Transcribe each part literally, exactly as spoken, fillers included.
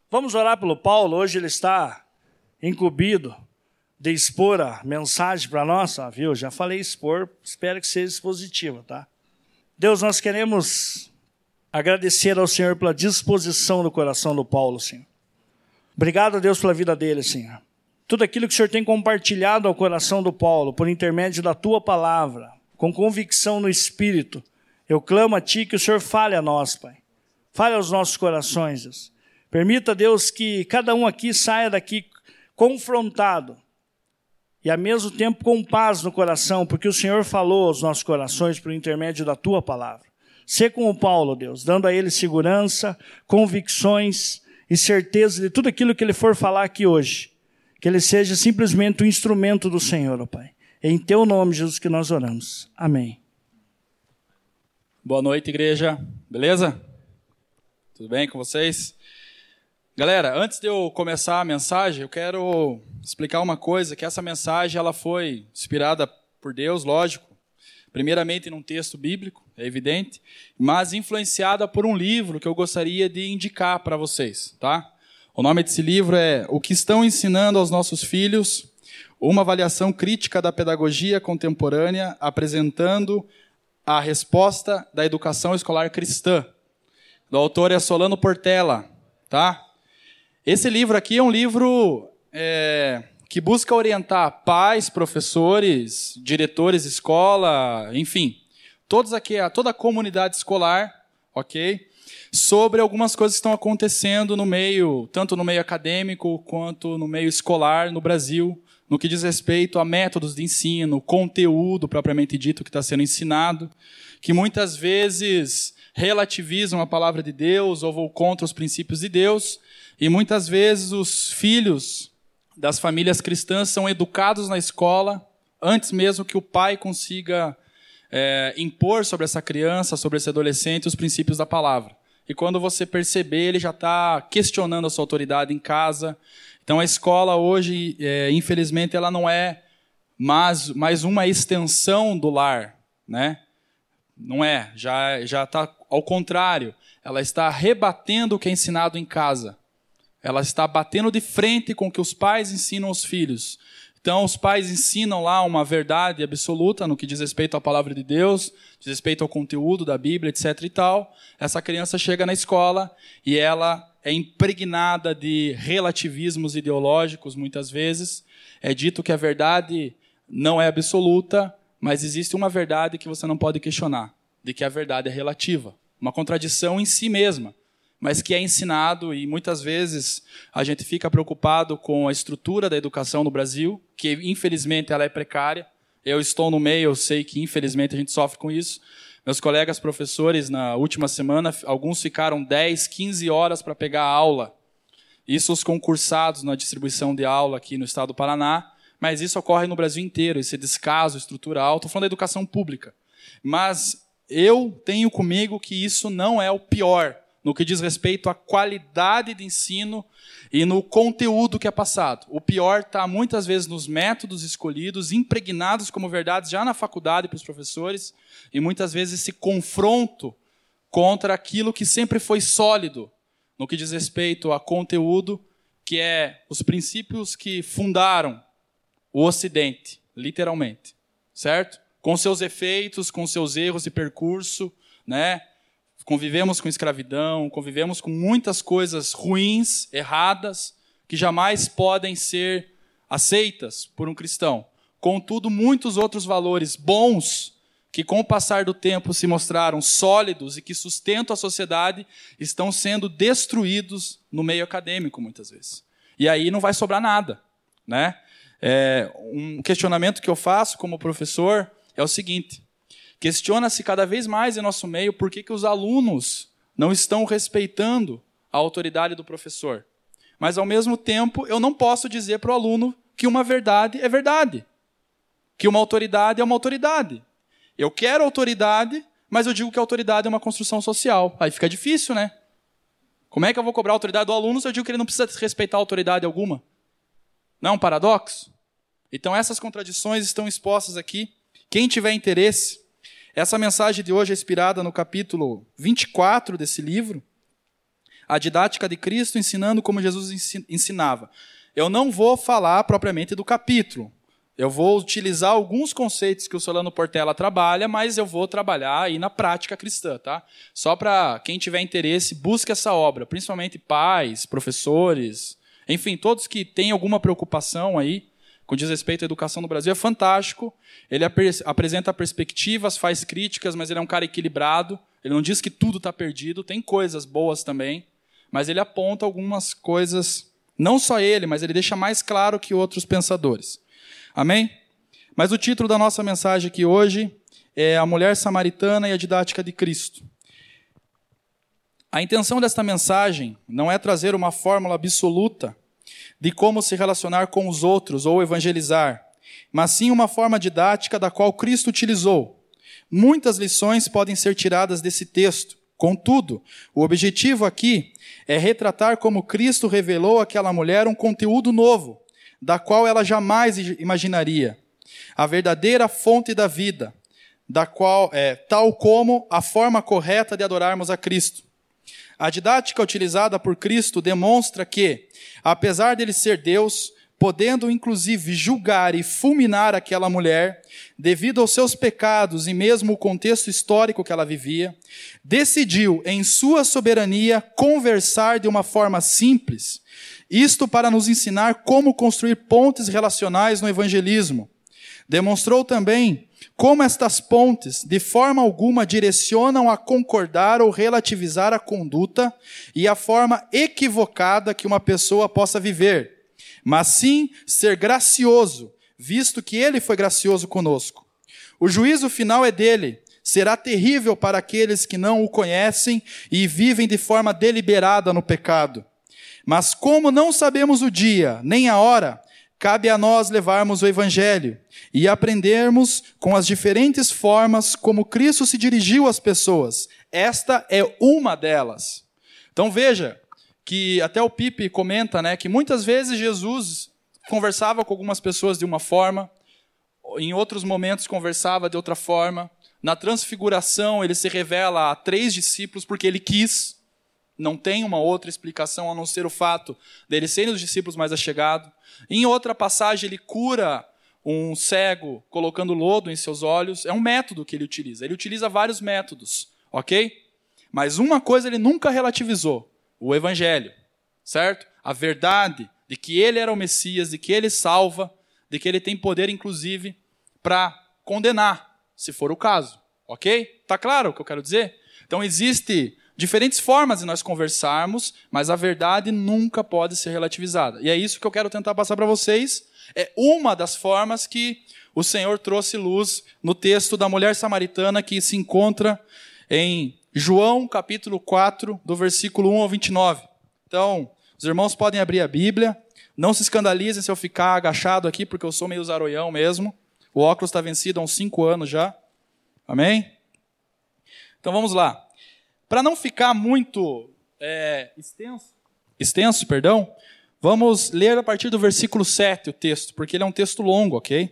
Vamos orar pelo Paulo. Hoje ele está incumbido de expor a mensagem para nós. Ah, viu? Já falei expor, espero que seja expositiva, tá? Deus, nós queremos agradecer ao Senhor pela disposição do coração do Paulo, Senhor. Obrigado, Deus, pela vida dele, Senhor. Tudo aquilo que o Senhor tem compartilhado ao coração do Paulo, por intermédio da Tua palavra, com convicção no Espírito, eu clamo a Ti que o Senhor fale a nós, Pai. Fale aos nossos corações, Deus. Permita, Deus, que cada um aqui saia daqui confrontado e, ao mesmo tempo, com paz no coração, porque o Senhor falou aos nossos corações por intermédio da Tua palavra. Sê com o Paulo, Deus, dando a ele segurança, convicções e certeza de tudo aquilo que ele for falar aqui hoje. Que ele seja simplesmente um instrumento do Senhor, ó Pai. É em Teu nome, Jesus, que nós oramos. Amém. Boa noite, igreja. Beleza? Tudo bem com vocês? Galera, antes de eu começar a mensagem, eu quero explicar uma coisa, que essa mensagem ela foi inspirada por Deus, lógico, primeiramente num texto bíblico, é evidente, mas influenciada por um livro que eu gostaria de indicar para vocês, tá? O nome desse livro é O que estão ensinando aos nossos filhos, uma avaliação crítica da pedagogia contemporânea, apresentando a resposta da educação escolar cristã. O autor é Solano Portela, tá? Esse livro aqui é um livro é, que busca orientar pais, professores, diretores de escola, enfim, todos aqui, toda a comunidade escolar, ok? Sobre algumas coisas que estão acontecendo no meio, tanto no meio acadêmico quanto no meio escolar no Brasil, no que diz respeito a métodos de ensino, conteúdo propriamente dito que está sendo ensinado, que muitas vezes relativizam a palavra de Deus ou vão contra os princípios de Deus, e muitas vezes os filhos das famílias cristãs são educados na escola antes mesmo que o pai consiga é, impor sobre essa criança, sobre esse adolescente, os princípios da palavra. E quando você perceber, ele já está questionando a sua autoridade em casa. Então a escola hoje, é, infelizmente, ela não é mais, mais uma extensão do lar, né? Não é, já já está ao contrário. Ela está rebatendo o que é ensinado em casa. Ela está batendo de frente com o que os pais ensinam aos filhos. Então, os pais ensinam lá uma verdade absoluta no que diz respeito à palavra de Deus, diz respeito ao conteúdo da Bíblia, etc e tal. Essa criança chega na escola e ela é impregnada de relativismos ideológicos, muitas vezes. É dito que a verdade não é absoluta, mas existe uma verdade que você não pode questionar, de que a verdade é relativa. Uma contradição em si mesma, mas que é ensinado, e muitas vezes a gente fica preocupado com a estrutura da educação no Brasil, que infelizmente ela é precária. Eu estou no meio, eu sei que infelizmente a gente sofre com isso. Meus colegas professores, na última semana, alguns ficaram dez, quinze horas para pegar a aula. Isso os concursados na distribuição de aula aqui no estado do Paraná, mas isso ocorre no Brasil inteiro, esse descaso estrutural. Estou falando da educação pública. Mas eu tenho comigo que isso não é o pior, no que diz respeito à qualidade de ensino e no conteúdo que é passado. O pior está, muitas vezes, nos métodos escolhidos, impregnados como verdades já na faculdade para os professores, e muitas vezes esse confronto contra aquilo que sempre foi sólido, no que diz respeito a conteúdo, que é os princípios que fundaram o Ocidente, literalmente, certo? Com seus efeitos, com seus erros de percurso, né? Convivemos com escravidão, convivemos com muitas coisas ruins, erradas, que jamais podem ser aceitas por um cristão. Contudo, muitos outros valores bons, que com o passar do tempo se mostraram sólidos e que sustentam a sociedade, estão sendo destruídos no meio acadêmico, muitas vezes. E aí não vai sobrar nada, né? É, um questionamento que eu faço como professor é o seguinte: questiona-se cada vez mais em nosso meio por que, que os alunos não estão respeitando a autoridade do professor. Mas, ao mesmo tempo, eu não posso dizer para o aluno que uma verdade é verdade, que uma autoridade é uma autoridade. Eu quero autoridade, mas eu digo que a autoridade é uma construção social. Aí fica difícil, né? Como é que eu vou cobrar a autoridade do aluno se eu digo que ele não precisa respeitar a autoridade alguma? Não é um paradoxo? Então, essas contradições estão expostas aqui. Quem tiver interesse, essa mensagem de hoje é inspirada no capítulo vinte e quatro desse livro. a didática de Cristo, ensinando como Jesus ensinava. Eu não vou falar propriamente do capítulo. Eu vou utilizar alguns conceitos que o Solano Portela trabalha, mas eu vou trabalhar aí na prática cristã, tá? Só para quem tiver interesse, busque essa obra, principalmente pais, professores, enfim, todos que têm alguma preocupação aí com diz respeito à educação no Brasil. É fantástico. Ele ap- apresenta perspectivas, faz críticas, mas ele é um cara equilibrado. Ele não diz que tudo está perdido, tem coisas boas também, mas ele aponta algumas coisas, não só ele, mas ele deixa mais claro que outros pensadores. Amém? Mas o título da nossa mensagem aqui hoje é A Mulher Samaritana e a Didática de Cristo. A intenção desta mensagem não é trazer uma fórmula absoluta de como se relacionar com os outros ou evangelizar, mas sim uma forma didática da qual Cristo utilizou. Muitas lições podem ser tiradas desse texto. Contudo, o objetivo aqui é retratar como Cristo revelou àquela mulher um conteúdo novo, da qual ela jamais imaginaria. A verdadeira fonte da vida, da qual é tal como a forma correta de adorarmos a Cristo. A didática utilizada por Cristo demonstra que, apesar dele ser Deus, podendo inclusive julgar e fulminar aquela mulher, devido aos seus pecados e mesmo o contexto histórico que ela vivia, decidiu, em sua soberania, conversar de uma forma simples, isto para nos ensinar como construir pontes relacionais no evangelismo. Demonstrou também como estas pontes, de forma alguma, direcionam a concordar ou relativizar a conduta e a forma equivocada que uma pessoa possa viver, mas sim ser gracioso, visto que ele foi gracioso conosco. O juízo final é dele. Será terrível para aqueles que não o conhecem e vivem de forma deliberada no pecado. Mas como não sabemos o dia, nem a hora, cabe a nós levarmos o Evangelho e aprendermos com as diferentes formas como Cristo se dirigiu às pessoas. Esta é uma delas. Então veja que até o Pipe comenta, né, que muitas vezes Jesus conversava com algumas pessoas de uma forma, em outros momentos conversava de outra forma. Na transfiguração ele se revela a três discípulos porque ele quis. Não tem uma outra explicação a não ser o fato deles serem os discípulos mais allegados. Em outra passagem, ele cura um cego colocando lodo em seus olhos. É um método que ele utiliza. Ele utiliza vários métodos, ok? Mas uma coisa ele nunca relativizou: o evangelho, certo? A verdade de que ele era o Messias, de que ele salva, de que ele tem poder, inclusive, para condenar, se for o caso, ok? Está claro o que eu quero dizer? Então, existe diferentes formas de nós conversarmos, mas a verdade nunca pode ser relativizada. E é isso que eu quero tentar passar para vocês. É uma das formas que o Senhor trouxe luz no texto da mulher samaritana que se encontra em João, capítulo quatro, do versículo um ao vinte e nove. Então, os irmãos podem abrir a Bíblia. Não se escandalizem se eu ficar agachado aqui, porque eu sou meio zaroião mesmo. O óculos está vencido há uns cinco anos já. Amém? Então vamos lá. Para não ficar muito é, extenso, extenso, perdão, vamos ler a partir do versículo sete o texto, porque ele é um texto longo, ok?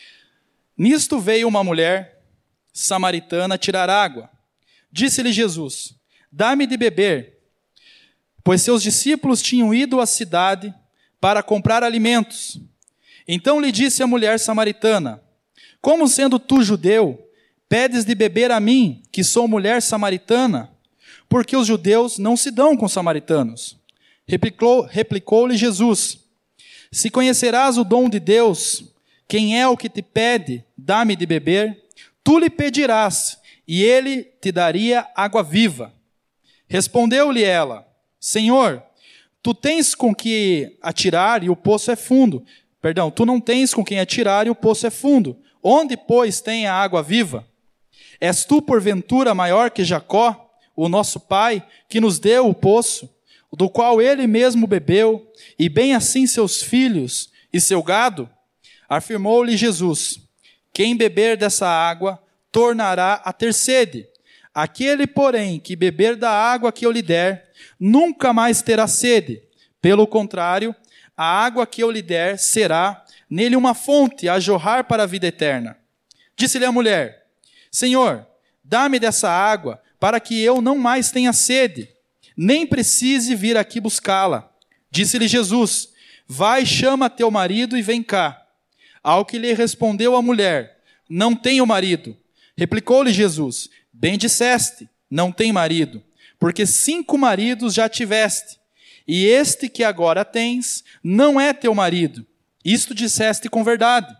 Nisto veio uma mulher samaritana tirar água. Disse-lhe Jesus: dá-me de beber, pois seus discípulos tinham ido à cidade para comprar alimentos. Então lhe disse a mulher samaritana: como sendo tu judeu, pedes de beber a mim, que sou mulher samaritana? Porque os judeus não se dão com os samaritanos. Replicou, replicou-lhe Jesus: se conhecerás o dom de Deus, quem é o que te pede, dá-me de beber, tu lhe pedirás, e ele te daria água viva. Respondeu-lhe ela: Senhor, tu tens com que atirar e o poço é fundo. Perdão, tu não tens com quem atirar e o poço é fundo. Onde, pois, tem a água viva? És tu, porventura, maior que Jacó, o nosso pai, que nos deu o poço, do qual ele mesmo bebeu, e bem assim seus filhos e seu gado? Afirmou-lhe Jesus: quem beber dessa água tornará a ter sede. Aquele, porém, que beber da água que eu lhe der, nunca mais terá sede. Pelo contrário, a água que eu lhe der será nele uma fonte a jorrar para a vida eterna. Disse-lhe a mulher: Senhor, dá-me dessa água, para que eu não mais tenha sede, nem precise vir aqui buscá-la. Disse-lhe Jesus: vai, chama teu marido e vem cá. Ao que lhe respondeu a mulher: não tenho marido. Replicou-lhe Jesus: bem disseste, não tem marido, porque cinco maridos já tiveste, e este que agora tens não é teu marido. Isto disseste com verdade.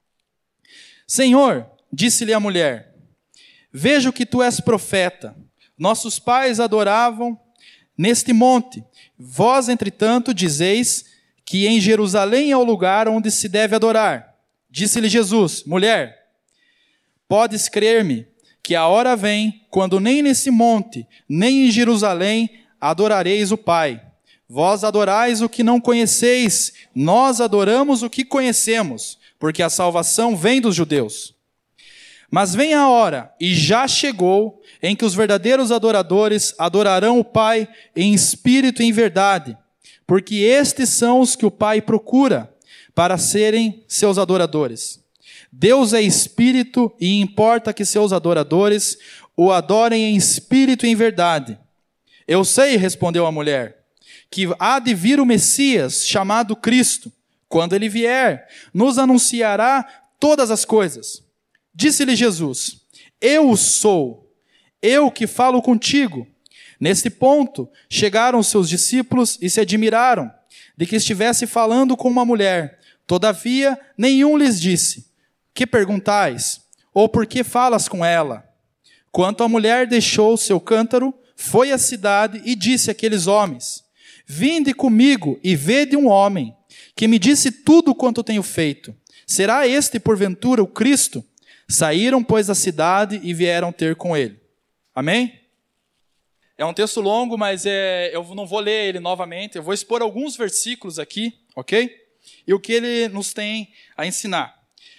Senhor, disse-lhe a mulher, vejo que tu és profeta. Nossos pais adoravam neste monte. Vós, entretanto, dizeis que em Jerusalém é o lugar onde se deve adorar. Disse-lhe Jesus: mulher, podes crer-me que a hora vem, quando nem nesse monte, nem em Jerusalém adorareis o Pai. Vós adorais o que não conheceis, nós adoramos o que conhecemos, porque a salvação vem dos judeus. Mas vem a hora, e já chegou, em que os verdadeiros adoradores adorarão o Pai em espírito e em verdade, porque estes são os que o Pai procura para serem seus adoradores. Deus é espírito e importa que seus adoradores o adorem em espírito e em verdade. Eu sei, respondeu a mulher, que há de vir o Messias, chamado Cristo. Quando ele vier, nos anunciará todas as coisas. Disse-lhe Jesus: eu sou, eu que falo contigo. Nesse ponto, chegaram os seus discípulos e se admiraram de que estivesse falando com uma mulher. Todavia, nenhum lhes disse: que perguntais? Ou por que falas com ela? Quanto a mulher deixou seu cântaro, foi à cidade e disse àqueles homens: vinde comigo e vede um homem, que me disse tudo quanto tenho feito. Será este, porventura, o Cristo? Saíram, pois, da cidade e vieram ter com ele. Amém? É um texto longo, mas é, eu não vou ler ele novamente. Eu vou expor alguns versículos aqui, ok? E o que ele nos tem a ensinar.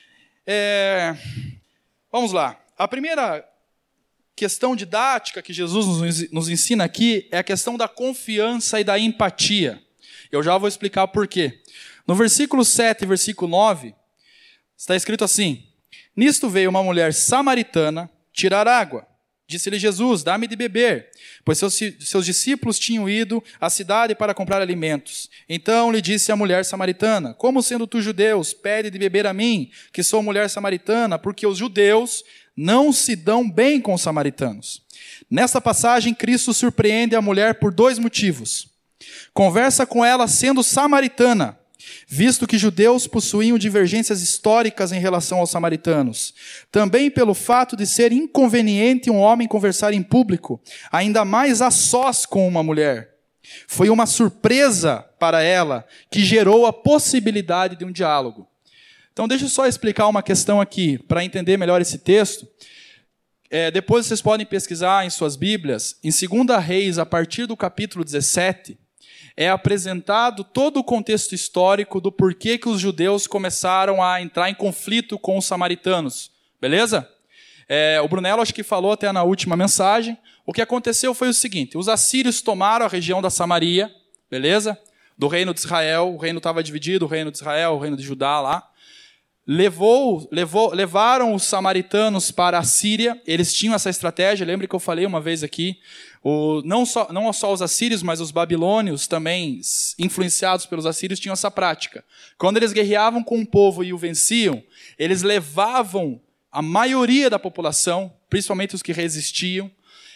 É, vamos lá. A primeira questão didática que Jesus nos, nos ensina aqui é a questão da confiança e da empatia. Eu já vou explicar por quê. No versículo sete e versículo nove, está escrito assim: nisto veio uma mulher samaritana tirar água. Disse-lhe Jesus: dá-me de beber, pois seus, seus discípulos tinham ido à cidade para comprar alimentos. Então lhe disse a mulher samaritana: como sendo tu judeus, pede de beber a mim, que sou mulher samaritana, porque os judeus não se dão bem com os samaritanos. Nesta passagem, Cristo surpreende a mulher por dois motivos. Conversa com ela sendo samaritana, visto que judeus possuíam divergências históricas em relação aos samaritanos. Também pelo fato de ser inconveniente um homem conversar em público, ainda mais a sós com uma mulher. Foi uma surpresa para ela que gerou a possibilidade de um diálogo. Então deixa eu só explicar uma questão aqui, para entender melhor esse texto. É, depois vocês podem pesquisar em suas Bíblias, em Segunda Reis, a partir do capítulo dezessete, é apresentado todo o contexto histórico do porquê que os judeus começaram a entrar em conflito com os samaritanos. Beleza? É, o Brunello acho que falou até na última mensagem. O que aconteceu foi o seguinte: os assírios tomaram a região da Samaria, beleza? Do reino de Israel, o reino estava dividido, o reino de Israel, o reino de Judá lá. Levou, levou, levaram os samaritanos para a Síria. Eles tinham essa estratégia, lembra que eu falei uma vez aqui, o, não, só, não só os assírios, mas os babilônios também, influenciados pelos assírios, tinham essa prática. Quando eles guerreavam com um povo e o venciam, eles levavam a maioria da população, principalmente os que resistiam.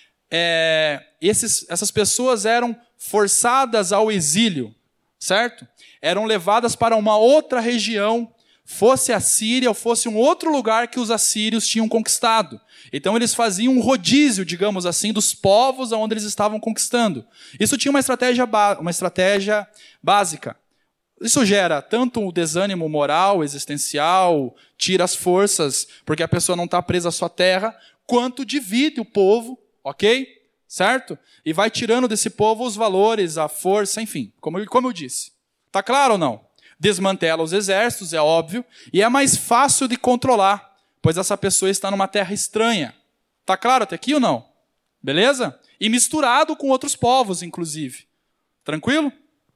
É, esses, essas pessoas eram forçadas ao exílio, certo? Eram levadas para uma outra região, fosse a Síria ou fosse um outro lugar que os assírios tinham conquistado. Então eles faziam um rodízio, digamos assim, dos povos onde eles estavam conquistando. Isso tinha uma estratégia, uma estratégia básica. Isso gera tanto o desânimo moral, existencial, tira as forças, porque a pessoa não está presa à sua terra, quanto divide o povo, ok? Certo? E vai tirando desse povo os valores, a força, enfim, como, como eu disse. Está claro ou não? Desmantela os exércitos, é óbvio, e é mais fácil de controlar, pois essa pessoa está numa terra estranha. Está claro até aqui ou não? Beleza? E misturado com outros povos, inclusive. Tranquilo?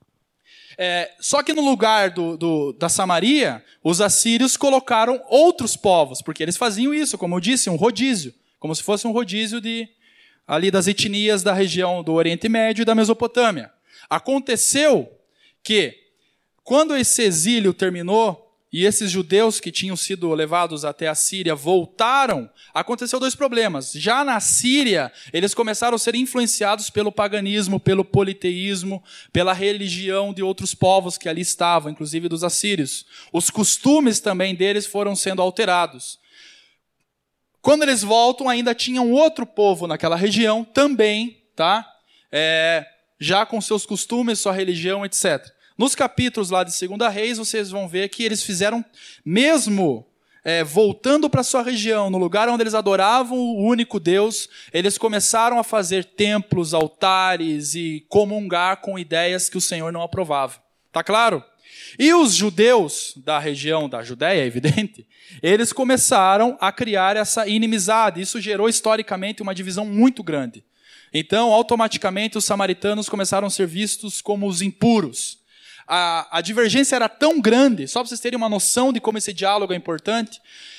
É, só que no lugar do, do, da Samaria, os assírios colocaram outros povos, porque eles faziam isso, como eu disse, um rodízio, como se fosse um rodízio de ali das etnias da região do Oriente Médio e da Mesopotâmia. Aconteceu que, quando esse exílio terminou, e esses judeus que tinham sido levados até a Síria voltaram, aconteceu dois problemas. Já na Síria, eles começaram a ser influenciados pelo paganismo, pelo politeísmo, pela religião de outros povos que ali estavam, inclusive dos assírios. Os costumes também deles foram sendo alterados. Quando eles voltam, ainda tinha um outro povo naquela região também, tá? É, já com seus costumes, sua religião, etcétera. Nos capítulos lá de Segunda Reis, vocês vão ver que eles fizeram, mesmo é, voltando para sua região, no lugar onde eles adoravam o único Deus, eles começaram a fazer templos, altares e comungar com ideias que o Senhor não aprovava. Tá claro? E os judeus da região da Judéia, é evidente, eles começaram a criar essa inimizade. Isso gerou historicamente uma divisão muito grande. Então, automaticamente, os samaritanos começaram a ser vistos como os impuros. A, a divergência era tão grande, só para vocês terem uma noção de como esse diálogo é importante,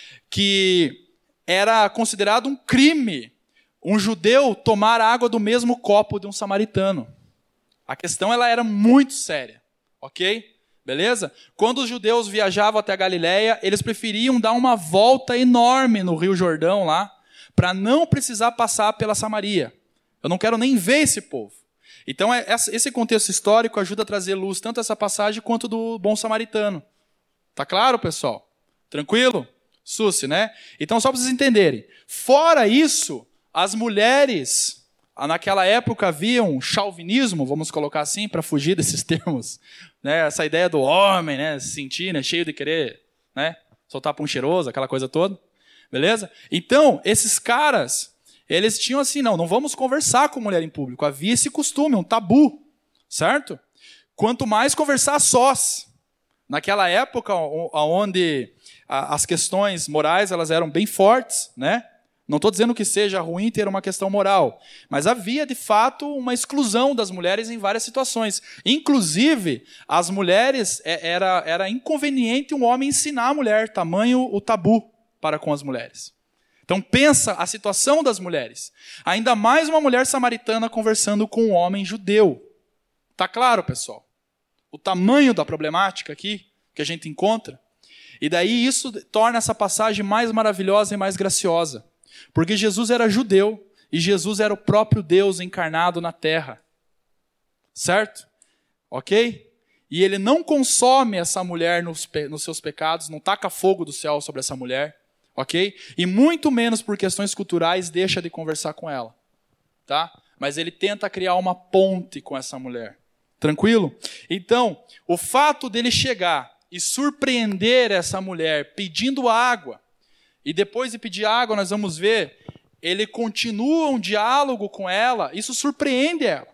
que era considerado um crime um judeu tomar água do mesmo copo de um samaritano. A questão ela era muito séria, ok? Beleza? Quando os judeus viajavam até a Galileia, eles preferiam dar uma volta enorme no Rio Jordão lá, para não precisar passar pela Samaria. Eu não quero nem ver esse povo. Então, esse contexto histórico ajuda a trazer luz, tanto essa passagem quanto do bom samaritano. Tá claro, pessoal? Tranquilo? Susse, né? Então, só para vocês entenderem. Fora isso, as mulheres, naquela época havia um chauvinismo, vamos colocar assim, para fugir desses termos. Né? Essa ideia do homem, né? Se sentir, né? Cheio de querer, né? Soltar pum cheiroso, aquela coisa toda. Beleza? Então, esses caras... Eles tinham assim, não, não vamos conversar com mulher em público. Havia esse costume, um tabu, certo? Quanto mais conversar a sós. Naquela época, onde as questões morais elas eram bem fortes, né? Não estou dizendo que seja ruim ter uma questão moral, mas havia, de fato, uma exclusão das mulheres em várias situações. Inclusive, as mulheres, era, era inconveniente um homem ensinar a mulher, tamanho o tabu para com as mulheres. Então pensa a situação das mulheres. Ainda mais uma mulher samaritana conversando com um homem judeu. Tá claro, pessoal? O tamanho da problemática aqui que a gente encontra. E daí isso torna essa passagem mais maravilhosa e mais graciosa. Porque Jesus era judeu e Jesus era o próprio Deus encarnado na terra. Certo? Ok? E ele não consome essa mulher nos, nos seus pecados, não taca fogo do céu sobre essa mulher. Ok? E muito menos por questões culturais deixa de conversar com ela. Tá? Mas ele tenta criar uma ponte com essa mulher. Tranquilo? Então, o fato dele chegar e surpreender essa mulher pedindo água, e depois de pedir água, nós vamos ver, ele continua um diálogo com ela, isso surpreende ela.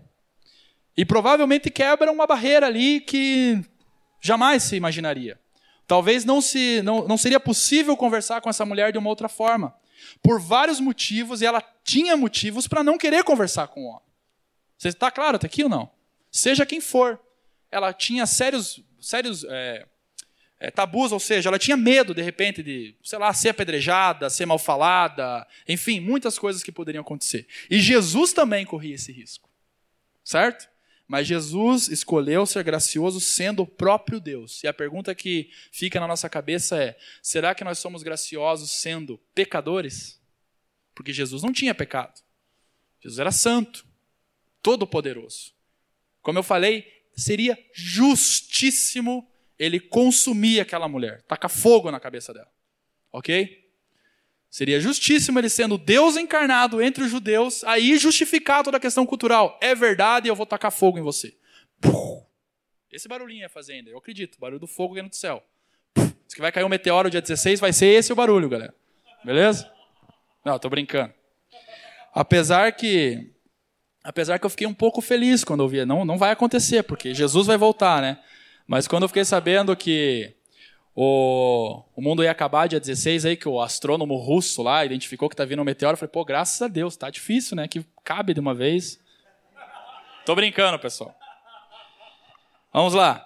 E provavelmente quebra uma barreira ali que jamais se imaginaria. Talvez não, se, não, não seria possível conversar com essa mulher de uma outra forma. Por vários motivos, e ela tinha motivos para não querer conversar com o homem. Você está claro até aqui ou não? Seja quem for. Ela tinha sérios, sérios é, é, tabus, ou seja, ela tinha medo, de repente, de, sei lá, ser apedrejada, ser mal falada, enfim, muitas coisas que poderiam acontecer. E Jesus também corria esse risco. Certo? Mas Jesus escolheu ser gracioso sendo o próprio Deus. E a pergunta que fica na nossa cabeça é, será que nós somos graciosos sendo pecadores? Porque Jesus não tinha pecado. Jesus era santo, todo-poderoso. Como eu falei, seria justíssimo ele consumir aquela mulher, tacar fogo na cabeça dela. Ok? Seria justíssimo ele sendo Deus encarnado entre os judeus, aí justificar toda a questão cultural. É verdade, eu vou tacar fogo em você. Esse barulhinho é fazenda, eu acredito, barulho do fogo vindo do céu. Diz que vai cair um meteoro dia dezesseis, vai ser esse o barulho, galera. Beleza? Não, tô brincando. Apesar que, apesar que eu fiquei um pouco feliz quando eu vi, não, não vai acontecer, porque Jesus vai voltar, né? Mas quando eu fiquei sabendo que O, o mundo ia acabar dia dezesseis, aí, que o astrônomo russo lá identificou que está vindo um meteoro. Eu falei, pô, graças a Deus, tá difícil, né? Que cabe de uma vez. Tô brincando, pessoal. Vamos lá.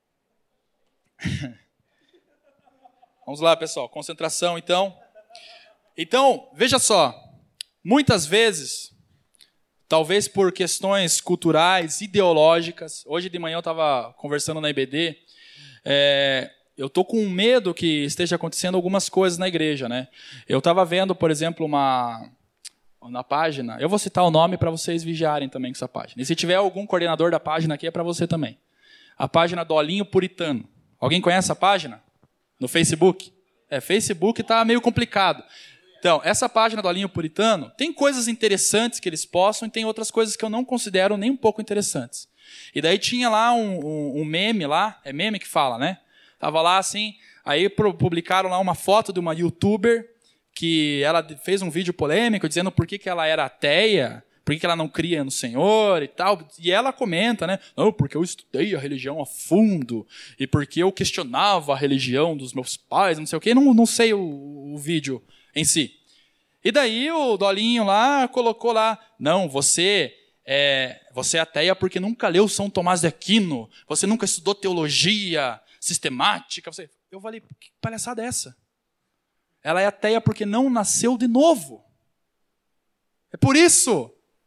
Vamos lá, pessoal. Concentração, então. Então, veja só. Muitas vezes, talvez por questões culturais, ideológicas. Hoje de manhã eu estava conversando na I B D, é, eu estou com medo que esteja acontecendo algumas coisas na igreja, né? Eu estava vendo, por exemplo, uma... na página, eu vou citar o nome para vocês vigiarem também com essa página. E se tiver algum coordenador da página aqui, é para você também. A página Dolinho Puritano. Alguém conhece a página? No Facebook? É, Facebook está meio complicado. Então, essa página do Dolinho Puritano, tem coisas interessantes que eles postam e tem outras coisas que eu não considero nem um pouco interessantes. E daí tinha lá um, um, um meme lá, é meme que fala, né? Tava lá assim, aí publicaram lá uma foto de uma youtuber que ela fez um vídeo polêmico dizendo por que, que ela era ateia, por que, que ela não cria no Senhor e tal. E ela comenta, né? Não, porque eu estudei a religião a fundo e porque eu questionava a religião dos meus pais, não sei o quê. Não, não sei o, o vídeo em si. E daí o Dolinho lá colocou lá, não, você é, você é ateia porque nunca leu São Tomás de Aquino, você nunca estudou teologia sistemática. Você... Eu falei, que palhaçada é essa? Ela é ateia porque não nasceu de novo. É por isso.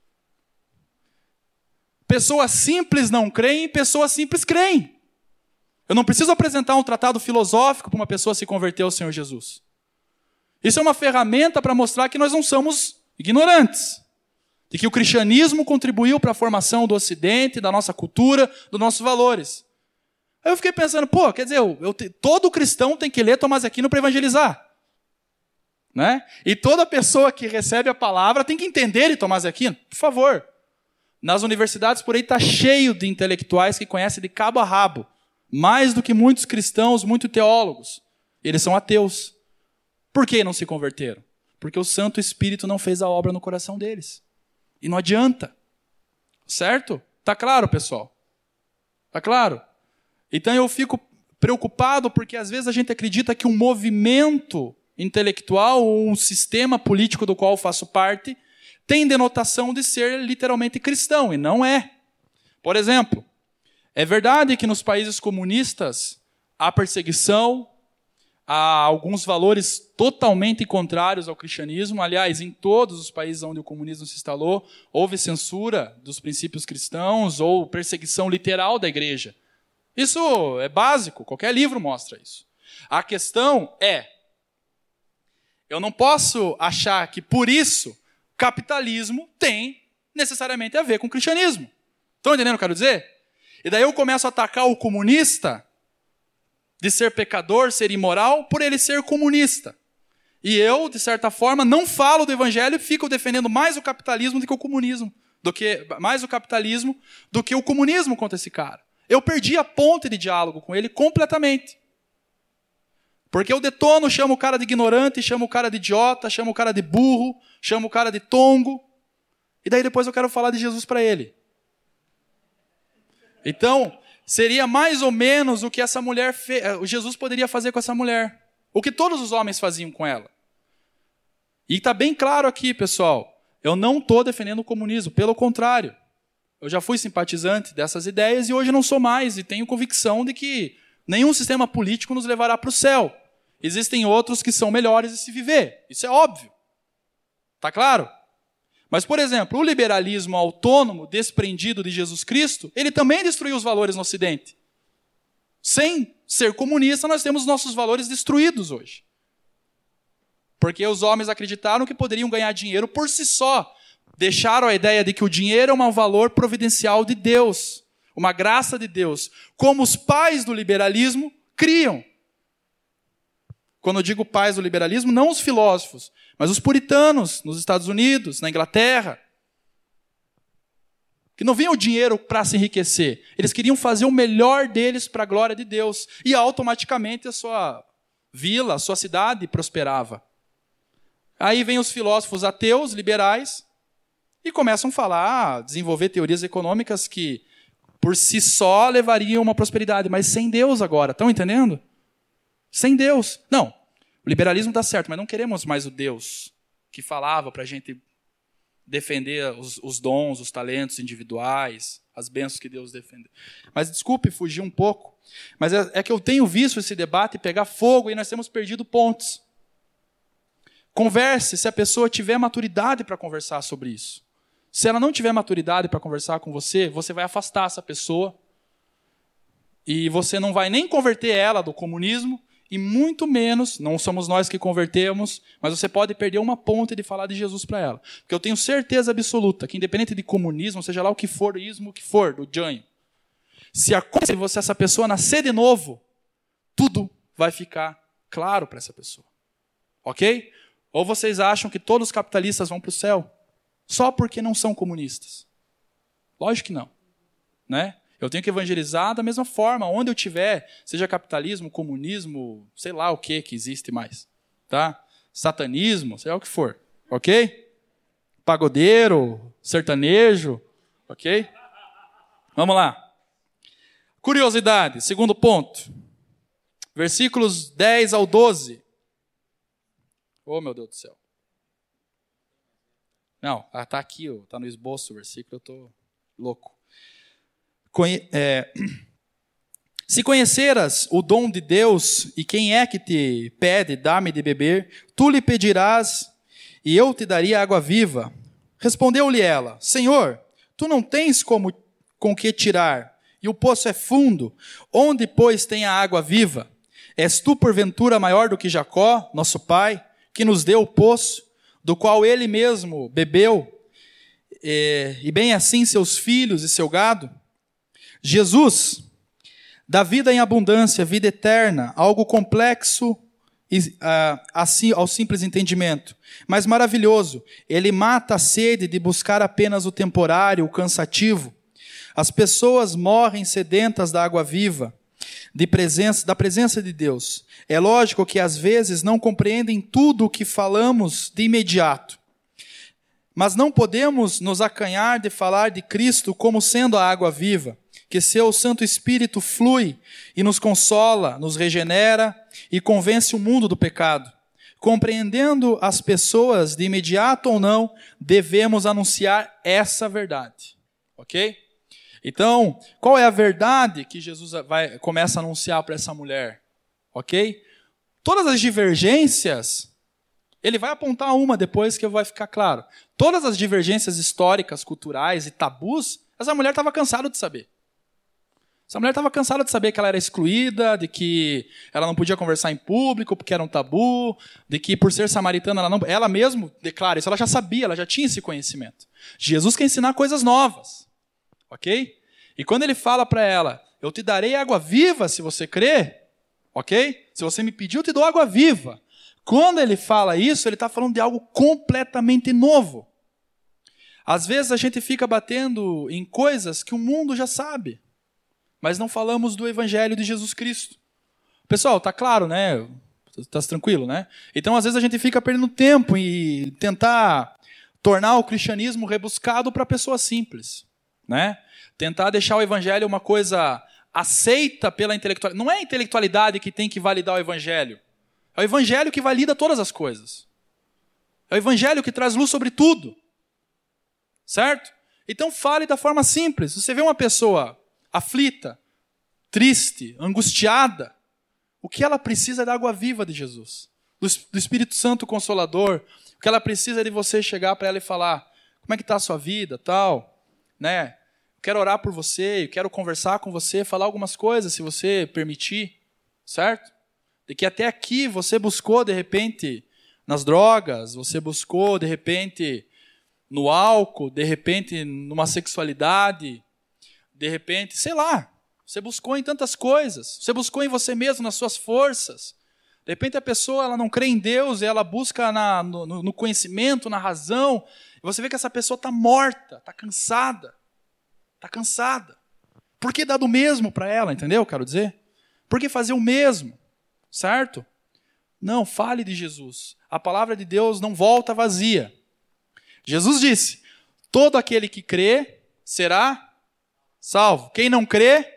Pessoas simples não creem, pessoas simples creem. Eu não preciso apresentar um tratado filosófico para uma pessoa se converter ao Senhor Jesus. Isso é uma ferramenta para mostrar que nós não somos ignorantes. De que o cristianismo contribuiu para a formação do Ocidente, da nossa cultura, dos nossos valores. Aí eu fiquei pensando, pô, quer dizer, eu, eu, todo cristão tem que ler Tomás de Aquino para evangelizar. Né? E toda pessoa que recebe a palavra tem que entender de Tomás de Aquino, por favor. Nas universidades por aí está cheio de intelectuais que conhecem de cabo a rabo, mais do que muitos cristãos, muitos teólogos. Eles são ateus. Por que não se converteram? Porque o Santo Espírito não fez a obra no coração deles. E não adianta. Certo? Tá claro, pessoal? Tá claro? Então eu fico preocupado porque às vezes a gente acredita que um movimento intelectual ou um sistema político do qual eu faço parte tem denotação de ser literalmente cristão, e não é. Por exemplo, é verdade que nos países comunistas há perseguição, há alguns valores totalmente contrários ao cristianismo. Aliás, em todos os países onde o comunismo se instalou, houve censura dos princípios cristãos ou perseguição literal da igreja. Isso é básico, qualquer livro mostra isso. A questão é, eu não posso achar que, por isso, capitalismo tem necessariamente a ver com cristianismo. Estão entendendo o que eu quero dizer? E daí eu começo a atacar o comunista de ser pecador, ser imoral, por ele ser comunista. E eu, de certa forma, não falo do evangelho e fico defendendo mais o capitalismo do que o comunismo, do que, mais o capitalismo do que o comunismo contra esse cara. Eu perdi a ponte de diálogo com ele completamente. Porque eu detono, chamo o cara de ignorante, chamo o cara de idiota, chamo o cara de burro, chamo o cara de tongo. E daí depois eu quero falar de Jesus para ele. Então, seria mais ou menos o que essa mulher fez, Jesus poderia fazer com essa mulher. O que todos os homens faziam com ela. E está bem claro aqui, pessoal, eu não estou defendendo o comunismo, pelo contrário. Eu já fui simpatizante dessas ideias e hoje não sou mais, e tenho convicção de que nenhum sistema político nos levará para o céu. Existem outros que são melhores de se viver. Isso é óbvio. Está claro? Mas, por exemplo, o liberalismo autônomo, desprendido de Jesus Cristo, ele também destruiu os valores no Ocidente. Sem ser comunista, nós temos nossos valores destruídos hoje. Porque os homens acreditaram que poderiam ganhar dinheiro por si só. Deixaram a ideia de que o dinheiro é um valor providencial de Deus, uma graça de Deus, como os pais do liberalismo criam. Quando eu digo pais do liberalismo, não os filósofos, mas os puritanos nos Estados Unidos, na Inglaterra, que não viam o dinheiro para se enriquecer. Eles queriam fazer o melhor deles para a glória de Deus. E automaticamente a sua vila, a sua cidade prosperava. Aí vem os filósofos ateus, liberais, e começam a falar, desenvolver teorias econômicas que, por si só, levariam a uma prosperidade, mas sem Deus agora. Estão entendendo? Sem Deus. Não, o liberalismo está certo, mas não queremos mais o Deus que falava para a gente defender os, os dons, os talentos individuais, as bênçãos que Deus defende. Mas desculpe fugir um pouco, mas é, é que eu tenho visto esse debate pegar fogo e nós temos perdido pontos. Converse se a pessoa tiver maturidade para conversar sobre isso. Se ela não tiver maturidade para conversar com você, você vai afastar essa pessoa e você não vai nem converter ela do comunismo e muito menos, não somos nós que convertemos, mas você pode perder uma ponte de falar de Jesus para ela. Porque eu tenho certeza absoluta que independente de comunismo, seja lá o que for, ismo o que for, do Janho, se acontecer você essa pessoa nascer de novo, tudo vai ficar claro para essa pessoa. Ok? Ou vocês acham que todos os capitalistas vão para o céu só porque não são comunistas? Lógico que não. Né? Eu tenho que evangelizar da mesma forma, onde eu tiver, seja capitalismo, comunismo, sei lá o que que existe mais. Tá? Satanismo, sei lá o que for. Ok? Pagodeiro, sertanejo. Ok? Vamos lá. Curiosidade, segundo ponto. Versículos dez ao doze. Oh, meu Deus do céu. Não, está aqui, está no esboço o versículo, eu estou louco. Conhe- é, Se conheceras o dom de Deus e quem é que te pede, dá-me de beber, tu lhe pedirás e eu te daria água viva. Respondeu-lhe ela, Senhor, tu não tens como, com que tirar, e o poço é fundo. Onde, pois, tem a água viva? És tu, porventura, maior do que Jacó, nosso pai, que nos deu o poço, do qual ele mesmo bebeu, e, e bem assim seus filhos e seu gado? Jesus dá vida em abundância, vida eterna, algo complexo assim, ao simples entendimento, mas maravilhoso. Ele mata a sede de buscar apenas o temporário, o cansativo. As pessoas morrem sedentas da água viva, de presença, da presença de Deus. É lógico que às vezes não compreendem tudo o que falamos de imediato. Mas não podemos nos acanhar de falar de Cristo como sendo a água viva, que seu Santo Espírito flui e nos consola, nos regenera e convence o mundo do pecado. Compreendendo as pessoas de imediato ou não, devemos anunciar essa verdade. Ok? Então, qual é a verdade que Jesus vai, começa a anunciar para essa mulher? Ok? Todas as divergências, ele vai apontar uma depois que vai ficar claro. Todas as divergências históricas, culturais e tabus, essa mulher estava cansada de saber. Essa mulher estava cansada de saber que ela era excluída, de que ela não podia conversar em público porque era um tabu, de que por ser samaritana ela não... Ela mesma declara isso, ela já sabia, ela já tinha esse conhecimento. Jesus quer ensinar coisas novas. Ok? E quando ele fala para ela, eu te darei água viva se você crer, ok? Se você me pedir, eu te dou água viva. Quando ele fala isso, ele está falando de algo completamente novo. Às vezes a gente fica batendo em coisas que o mundo já sabe, mas não falamos do Evangelho de Jesus Cristo. Pessoal, tá claro, né? Tá tranquilo, né? Então, às vezes a gente fica perdendo tempo em tentar tornar o cristianismo rebuscado para pessoas simples. Né? Tentar deixar o evangelho uma coisa aceita pela intelectualidade. Não é a intelectualidade que tem que validar o evangelho. É o evangelho que valida todas as coisas. É o evangelho que traz luz sobre tudo. Certo? Então fale da forma simples. Se você vê uma pessoa aflita, triste, angustiada, o que ela precisa é da água viva de Jesus. Do Espírito Santo Consolador. O que ela precisa é de você chegar para ela e falar, como é que está a sua vida, tal... Né? Eu quero orar por você, eu quero conversar com você, falar algumas coisas, se você permitir, certo? De que até aqui você buscou, de repente, nas drogas, você buscou, de repente, no álcool, de repente, numa sexualidade, de repente, sei lá, você buscou em tantas coisas, você buscou em você mesmo, nas suas forças. De repente a pessoa ela não crê em Deus, ela busca na, no, no conhecimento, na razão. E você vê que essa pessoa está morta, está cansada. Está cansada. Por que dar do mesmo para ela, entendeu? Quero dizer. Por que fazer o mesmo? Certo? Não, fale de Jesus. A palavra de Deus não volta vazia. Jesus disse, todo aquele que crê será salvo. Quem não crê,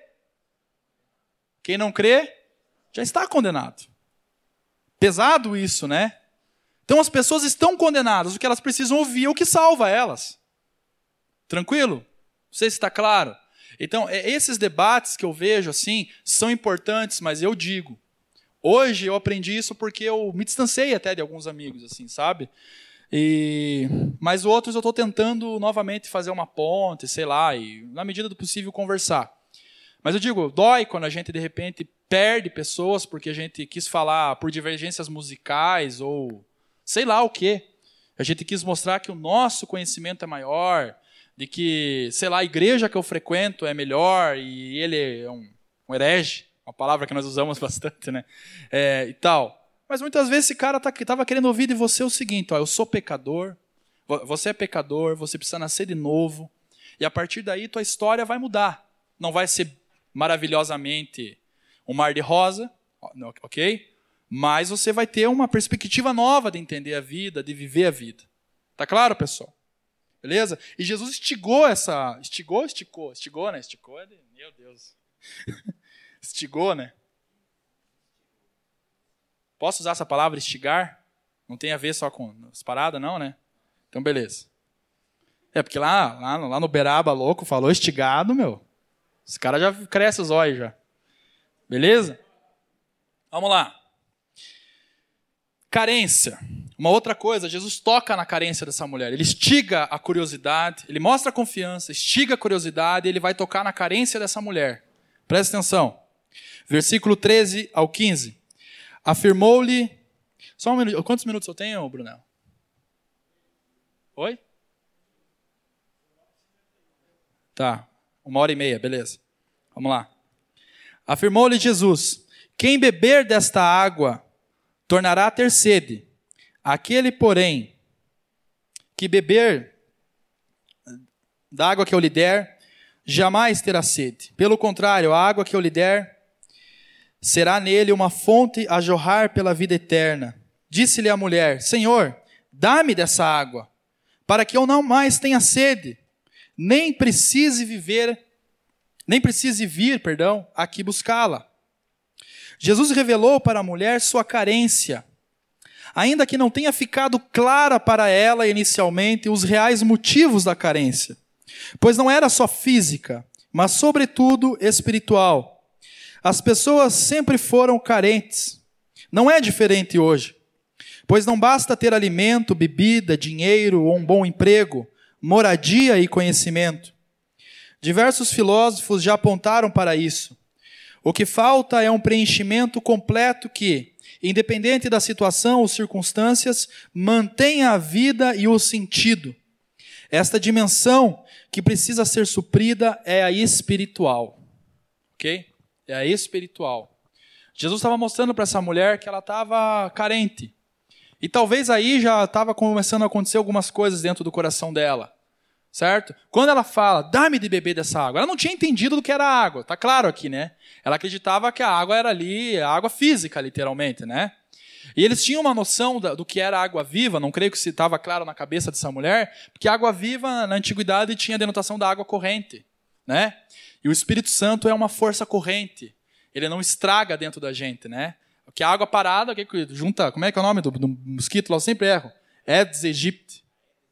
quem não crê, já está condenado. Pesado isso, né? Então as pessoas estão condenadas. O que elas precisam ouvir é o que salva elas. Tranquilo? Não sei se está claro. Então, esses debates que eu vejo assim, são importantes, mas eu digo, hoje eu aprendi isso porque eu me distanciei até de alguns amigos, assim, sabe? E, mas outros eu estou tentando novamente fazer uma ponte, sei lá, e na medida do possível conversar. Mas eu digo, dói quando a gente de repente perde pessoas porque a gente quis falar por divergências musicais ou sei lá o quê. A gente quis mostrar que o nosso conhecimento é maior, de que, sei lá, a igreja que eu frequento é melhor e ele é um, um herege, uma palavra que nós usamos bastante, né? É, e tal. Mas muitas vezes esse cara estava tá, querendo ouvir de você o seguinte, ó, eu sou pecador, você é pecador, você precisa nascer de novo, e a partir daí tua história vai mudar. Não vai ser maravilhosamente um mar de rosa, ok? Mas você vai ter uma perspectiva nova de entender a vida, de viver a vida. Tá claro, pessoal? Beleza? E Jesus estigou essa... Estigou, esticou? Estigou, né? Esticou é de... Meu Deus. Estigou, né? Posso usar essa palavra, estigar? Não tem a ver só com as paradas, não, né? Então, beleza. É, porque lá, lá, lá no Beraba, louco, falou estigado, meu. Os caras já crescem os olhos, já. Beleza? Vamos lá. Carência. Uma outra coisa, Jesus toca na carência dessa mulher. Ele estiga a curiosidade, ele mostra a confiança, estiga a curiosidade e ele vai tocar na carência dessa mulher. Presta atenção. Versículo treze ao quinze. Afirmou-lhe... Só um minuto. Quantos minutos eu tenho, Brunel? Oi? Tá. Uma hora e meia, beleza. Vamos lá. Afirmou-lhe Jesus: quem beber desta água tornará a ter sede. Aquele, porém, que beber da água que eu lhe der, jamais terá sede. Pelo contrário, a água que eu lhe der será nele uma fonte a jorrar pela vida eterna. Disse-lhe a mulher: Senhor, dá-me dessa água, para que eu não mais tenha sede, nem precise viver, nem precise vir, perdão, aqui buscá-la. Jesus revelou para a mulher sua carência, ainda que não tenha ficado clara para ela inicialmente os reais motivos da carência, pois não era só física, mas sobretudo espiritual. As pessoas sempre foram carentes. Não é diferente hoje, pois não basta ter alimento, bebida, dinheiro ou um bom emprego, moradia e conhecimento. Diversos filósofos já apontaram para isso. O que falta é um preenchimento completo que, independente da situação ou circunstâncias, mantenha a vida e o sentido. Esta dimensão que precisa ser suprida é a espiritual. Ok? É a espiritual. Jesus estava mostrando para essa mulher que ela estava carente. E talvez aí já estava começando a acontecer algumas coisas dentro do coração dela. Certo? Quando ela fala, dá-me de beber dessa água, ela não tinha entendido do que era água. Está claro aqui, né? Ela acreditava que a água era ali, a água física, literalmente, né? E eles tinham uma noção do que era água viva, não creio que se estava claro na cabeça dessa mulher, porque a água viva, na antiguidade, tinha a denotação da água corrente, né? E o Espírito Santo é uma força corrente. Ele não estraga dentro da gente, né? Porque a água parada, que junta, como é que é o nome do, do mosquito lá? Eu sempre erro. Aedes aegypti.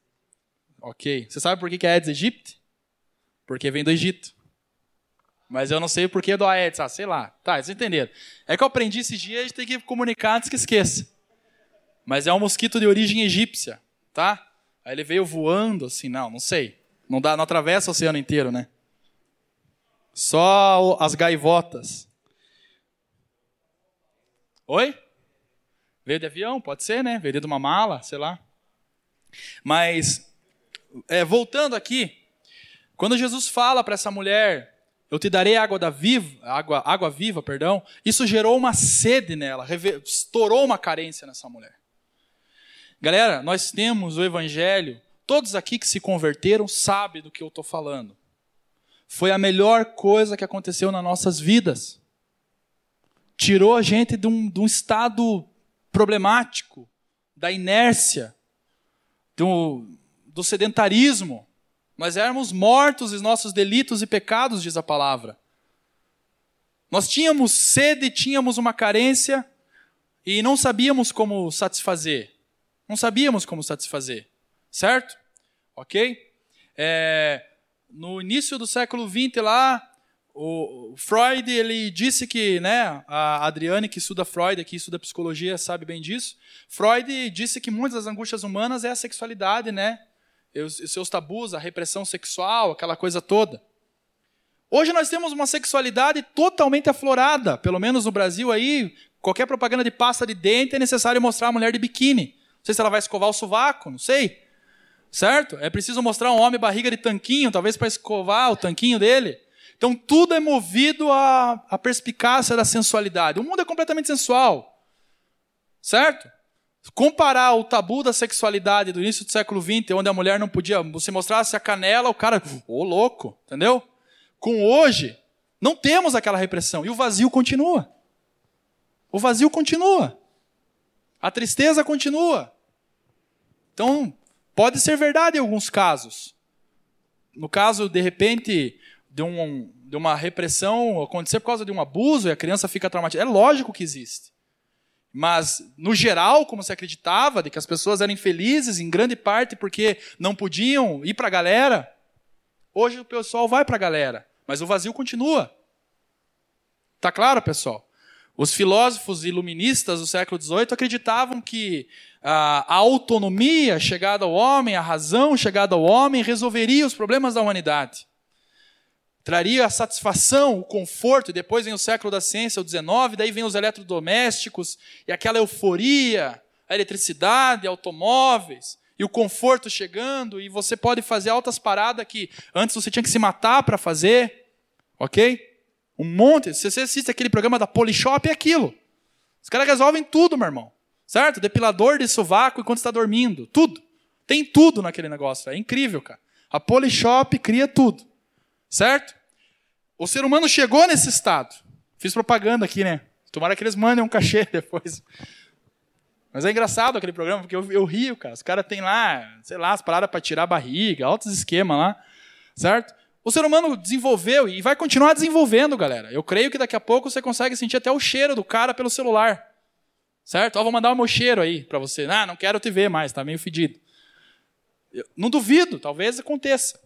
Ok. Você sabe por que é Aedes aegypti? Porque vem do Egito. Mas eu não sei o porquê do Aedes. Ah, sei lá. Tá, vocês entenderam. É que eu aprendi esses dias, a gente tem que comunicar antes que esqueça. Mas é um mosquito de origem egípcia, tá? Aí ele veio voando assim, não, não sei. Não, dá, não atravessa o oceano inteiro, né? Só as gaivotas. Oi? Veio de avião? Pode ser, né? Veio de uma mala, sei lá. Mas, é, voltando aqui, quando Jesus fala para essa mulher, eu te darei água, da viva, água, água viva, perdão, isso gerou uma sede nela, estourou uma carência nessa mulher. Galera, nós temos o evangelho, todos aqui que se converteram sabem do que eu estou falando. Foi a melhor coisa que aconteceu nas nossas vidas. Tirou a gente de um, de um estado problemático, da inércia, do, do sedentarismo. Nós éramos mortos em nossos delitos e pecados, diz a palavra. Nós tínhamos sede, tínhamos uma carência e não sabíamos como satisfazer. Não sabíamos como satisfazer. Certo? Ok? É, no início do século vinte lá, o Freud, ele disse que, né, a Adriane, que estuda Freud, que estuda psicologia, sabe bem disso. Freud disse que muitas das angústias humanas é a sexualidade, né? Os, os seus tabus, a repressão sexual, aquela coisa toda. Hoje nós temos uma sexualidade totalmente aflorada, pelo menos no Brasil aí, qualquer propaganda de pasta de dente é necessário mostrar a mulher de biquíni. Não sei se ela vai escovar o sovaco, não sei. Certo? É preciso mostrar um homem barriga de tanquinho, talvez para escovar o tanquinho dele. Então tudo é movido à, à perspicácia da sensualidade. O mundo é completamente sensual. Certo? Comparar o tabu da sexualidade do início do século vinte, onde a mulher não podia, se mostrasse a canela, o cara, ô louco, entendeu? Com hoje, não temos aquela repressão. E o vazio continua. O vazio continua. A tristeza continua. Então, pode ser verdade em alguns casos. No caso, de repente, de, um, de uma repressão acontecer por causa de um abuso e a criança fica traumatizada. É lógico que existe. Mas, no geral, como se acreditava, de que as pessoas eram infelizes, em grande parte porque não podiam ir para a galera, hoje o pessoal vai para a galera, mas o vazio continua. Está claro, pessoal? Os filósofos iluministas do século dezoito acreditavam que a autonomia chegada ao homem, a razão chegada ao homem, resolveria os problemas da humanidade. Traria a satisfação, o conforto, e depois vem o século da ciência, o dezenove, daí vem os eletrodomésticos, e aquela euforia, a eletricidade, automóveis, e o conforto chegando, e você pode fazer altas paradas que antes você tinha que se matar para fazer, ok? Um monte, se você assiste aquele programa da Polishop, é aquilo. Os caras resolvem tudo, meu irmão. Certo? Depilador de sovaco enquanto está dormindo. Tudo. Tem tudo naquele negócio. É incrível, cara. A Polishop cria tudo. Certo? O ser humano chegou nesse estado. Fiz propaganda aqui, né? Tomara que eles mandem um cachê depois. Mas é engraçado aquele programa, porque eu, eu rio, cara. Os caras têm lá, sei lá, as paradas para tirar a barriga, altos esquemas lá. Certo? O ser humano desenvolveu e vai continuar desenvolvendo, galera. Eu creio que daqui a pouco você consegue sentir até o cheiro do cara pelo celular. Certo? Ó, vou mandar o meu cheiro aí para você. Ah, não quero te ver mais, tá meio fedido. Eu não duvido, talvez aconteça.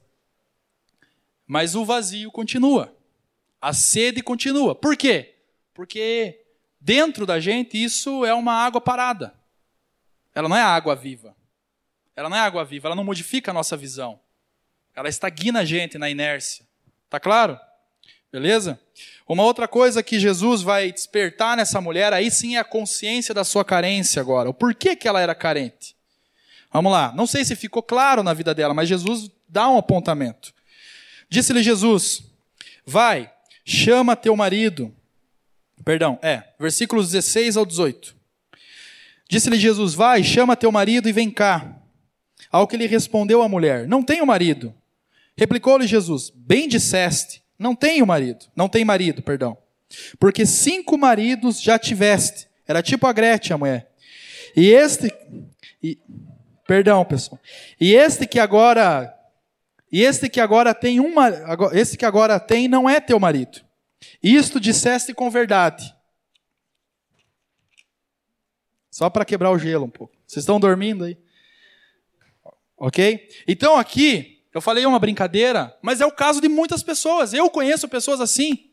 Mas o vazio continua. A sede continua. Por quê? Porque dentro da gente isso é uma água parada. Ela não é água viva. Ela não é água viva, ela não modifica a nossa visão. Ela estagna a gente na inércia. Tá claro? Beleza? Uma outra coisa que Jesus vai despertar nessa mulher, aí sim é a consciência da sua carência agora. O porquê que ela era carente. Vamos lá. Não sei se ficou claro na vida dela, mas Jesus dá um apontamento. Disse-lhe Jesus, vai, chama teu marido. Perdão, é, versículos dezesseis ao dezoito. Disse-lhe Jesus, vai, chama teu marido e vem cá. Ao que lhe respondeu a mulher, não tenho marido. Replicou-lhe Jesus, bem disseste, não tenho marido, não tem marido, perdão. Porque cinco maridos já tiveste. Era tipo a Gretchen, a mulher. E este, e, perdão pessoal, e este que agora, e este que agora tem um, este que agora tem não é teu marido. Isto disseste com verdade. Só para quebrar o gelo um pouco. Vocês estão dormindo aí? Ok? Então aqui, eu falei uma brincadeira, mas é o caso de muitas pessoas. Eu conheço pessoas assim.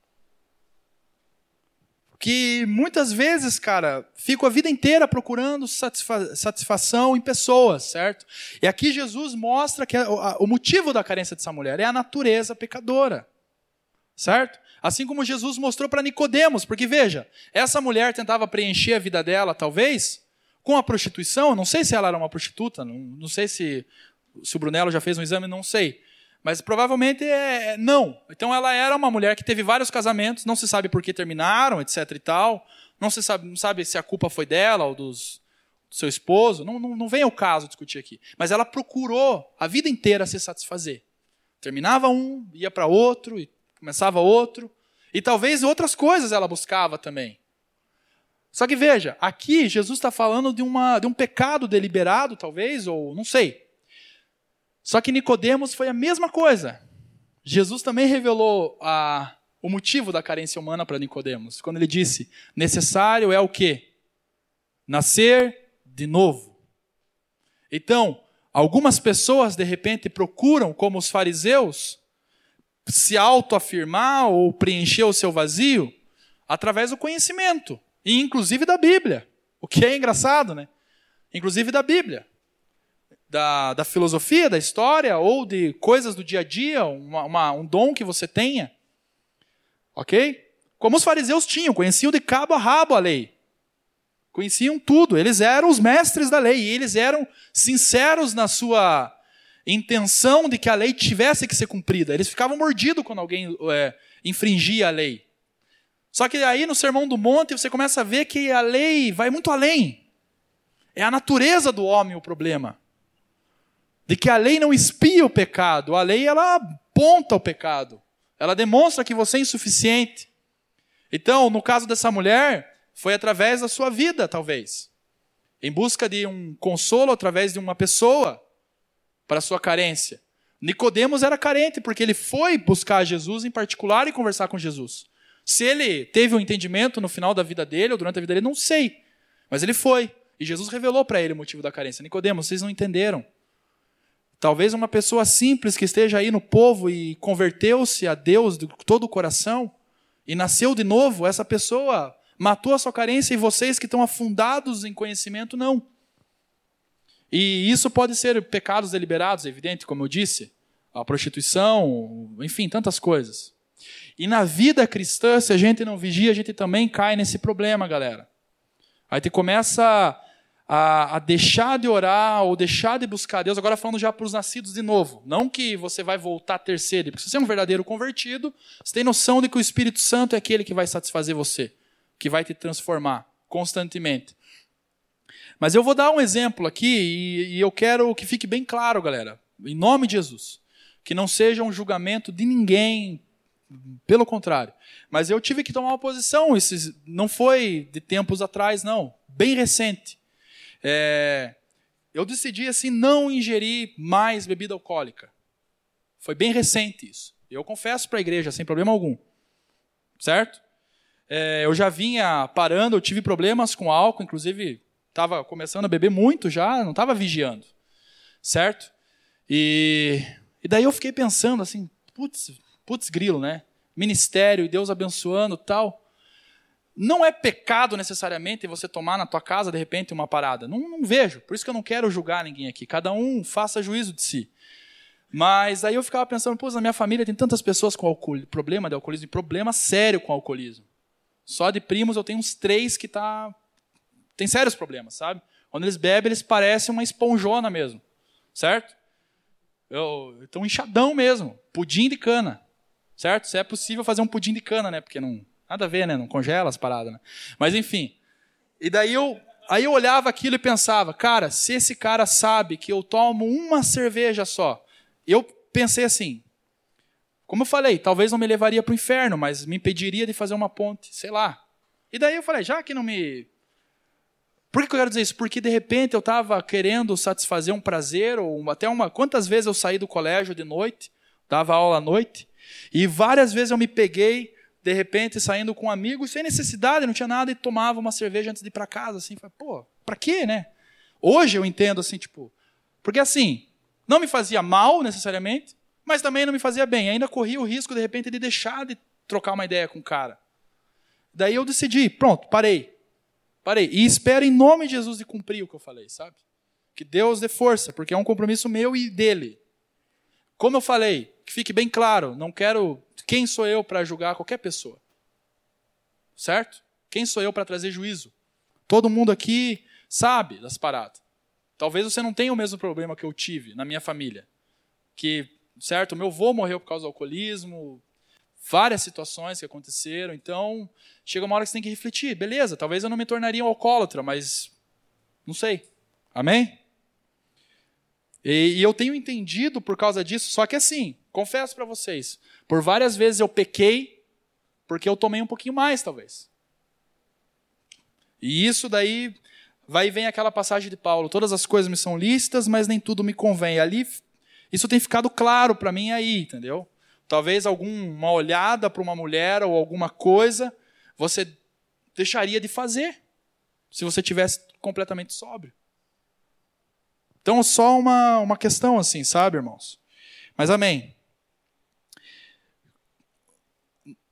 Que muitas vezes, cara, ficam a vida inteira procurando satisfa- satisfação em pessoas, certo? E aqui Jesus mostra que a, a, o motivo da carência dessa mulher é a natureza pecadora. Certo? Assim como Jesus mostrou para Nicodemos, porque veja, essa mulher tentava preencher a vida dela, talvez, com a prostituição. Não sei se ela era uma prostituta, não, não sei se, se o Brunello já fez um exame, não sei. Mas provavelmente é, é não. Então ela era uma mulher que teve vários casamentos, não se sabe por que terminaram, etc e tal. Não se sabe, não sabe se a culpa foi dela ou dos, do seu esposo. Não, não, não vem ao caso discutir aqui. Mas ela procurou a vida inteira se satisfazer. Terminava um, ia para outro, e começava outro. E talvez outras coisas ela buscava também. Só que veja, aqui Jesus está falando de, uma, de um pecado deliberado, talvez, ou não sei. Só que Nicodemos foi a mesma coisa. Jesus também revelou a, o motivo da carência humana para Nicodemos, quando ele disse, necessário é o quê? Nascer de novo. Então, algumas pessoas, de repente, procuram, como os fariseus, se autoafirmar ou preencher o seu vazio através do conhecimento, e inclusive da Bíblia, o que é engraçado, né? Inclusive da Bíblia, da, da filosofia, da história, ou de coisas do dia a dia, uma, uma, um dom que você tenha, ok? Como os fariseus tinham, conheciam de cabo a rabo a lei, conheciam tudo, eles eram os mestres da lei, e eles eram sinceros na sua intenção de que a lei tivesse que ser cumprida. Eles ficavam mordidos quando alguém é, infringia a lei. Só que aí no Sermão do Monte você começa a ver que a lei vai muito além. É a natureza do homem o problema. De que a lei não expia o pecado, a lei ela aponta o pecado. Ela demonstra que você é insuficiente. Então, no caso dessa mulher, foi através da sua vida, talvez. Em busca de um consolo através de uma pessoa para a sua carência. Nicodemos era carente porque ele foi buscar Jesus em particular e conversar com Jesus. Se ele teve um entendimento no final da vida dele ou durante a vida dele, não sei. Mas ele foi. E Jesus revelou para ele o motivo da carência. Nicodemos, vocês não entenderam. Talvez uma pessoa simples que esteja aí no povo e converteu-se a Deus de todo o coração e nasceu de novo, essa pessoa matou a sua carência e vocês que estão afundados em conhecimento, não. E isso pode ser pecados deliberados, é evidente, como eu disse, a prostituição, enfim, tantas coisas. E na vida cristã, se a gente não vigia, a gente também cai nesse problema, galera. Aí você começa a, a deixar de orar ou deixar de buscar Deus, agora falando já para os nascidos de novo. Não que você vai voltar a ter sede, porque se você é um verdadeiro convertido, você tem noção de que o Espírito Santo é aquele que vai satisfazer você, que vai te transformar constantemente. Mas eu vou dar um exemplo aqui e, e eu quero que fique bem claro, galera, em nome de Jesus, que não seja um julgamento de ninguém, pelo contrário. Mas eu tive que tomar uma posição, esses, não foi de tempos atrás, não, bem recente. É, eu decidi assim não ingerir mais bebida alcoólica. Foi bem recente isso. Eu confesso para a igreja, sem problema algum. Certo? É, eu já vinha parando, eu tive problemas com álcool, inclusive estava começando a beber muito já, não estava vigiando. Certo? E, e daí eu fiquei pensando assim, putz, putz grilo, né? Ministério e Deus abençoando e tal. Não é pecado necessariamente você tomar na tua casa, de repente, uma parada. Não, não vejo. Por isso que eu não quero julgar ninguém aqui. Cada um faça juízo de si. Mas aí eu ficava pensando, pô, na minha família tem tantas pessoas com alcool, problema de alcoolismo, e problema sério com alcoolismo. Só de primos eu tenho uns três que tá, tem sérios problemas, sabe? Quando eles bebem, eles parecem uma esponjona mesmo. Certo? Estão inchadão mesmo. Pudim de cana. Certo? Se é possível fazer um pudim de cana, né? Porque não... Nada a ver, né? Não congela as paradas, né? Mas enfim. E daí eu, aí eu olhava aquilo e pensava, cara, se esse cara sabe que eu tomo uma cerveja só, eu pensei assim, como eu falei, talvez não me levaria para o inferno, mas me impediria de fazer uma ponte, sei lá. E daí eu falei, já que não me... Por que eu quero dizer isso? Porque de repente eu estava querendo satisfazer um prazer, ou até uma... Quantas vezes eu saí do colégio de noite, dava aula à noite, e várias vezes eu me peguei de repente, saindo com amigos, sem necessidade, não tinha nada, e tomava uma cerveja antes de ir para casa, assim, falei, pô, pra quê, né? Hoje eu entendo, assim, tipo, porque assim, não me fazia mal, necessariamente, mas também não me fazia bem, ainda corria o risco, de repente, de deixar de trocar uma ideia com o cara. Daí eu decidi, pronto, parei, parei, e espero em nome de Jesus de cumprir o que eu falei, sabe? Que Deus dê força, porque é um compromisso meu e dele. Como eu falei, que fique bem claro, não quero... Quem sou eu para julgar qualquer pessoa? Certo? Quem sou eu para trazer juízo? Todo mundo aqui sabe das paradas. Talvez você não tenha o mesmo problema que eu tive na minha família. Que, certo, meu avô morreu por causa do alcoolismo, várias situações que aconteceram. Então, chega uma hora que você tem que refletir. Beleza, talvez eu não me tornaria um alcoólatra, mas não sei. Amém? E, e eu tenho entendido por causa disso, só que assim, confesso para vocês, por várias vezes eu pequei, porque eu tomei um pouquinho mais, talvez. E isso daí, vai e vem aquela passagem de Paulo, todas as coisas me são lícitas, mas nem tudo me convém. E ali, isso tem ficado claro para mim aí, entendeu? Talvez alguma olhada para uma mulher ou alguma coisa, você deixaria de fazer, se você tivesse completamente sóbrio. Então, só uma, uma questão assim, sabe, irmãos? Mas amém.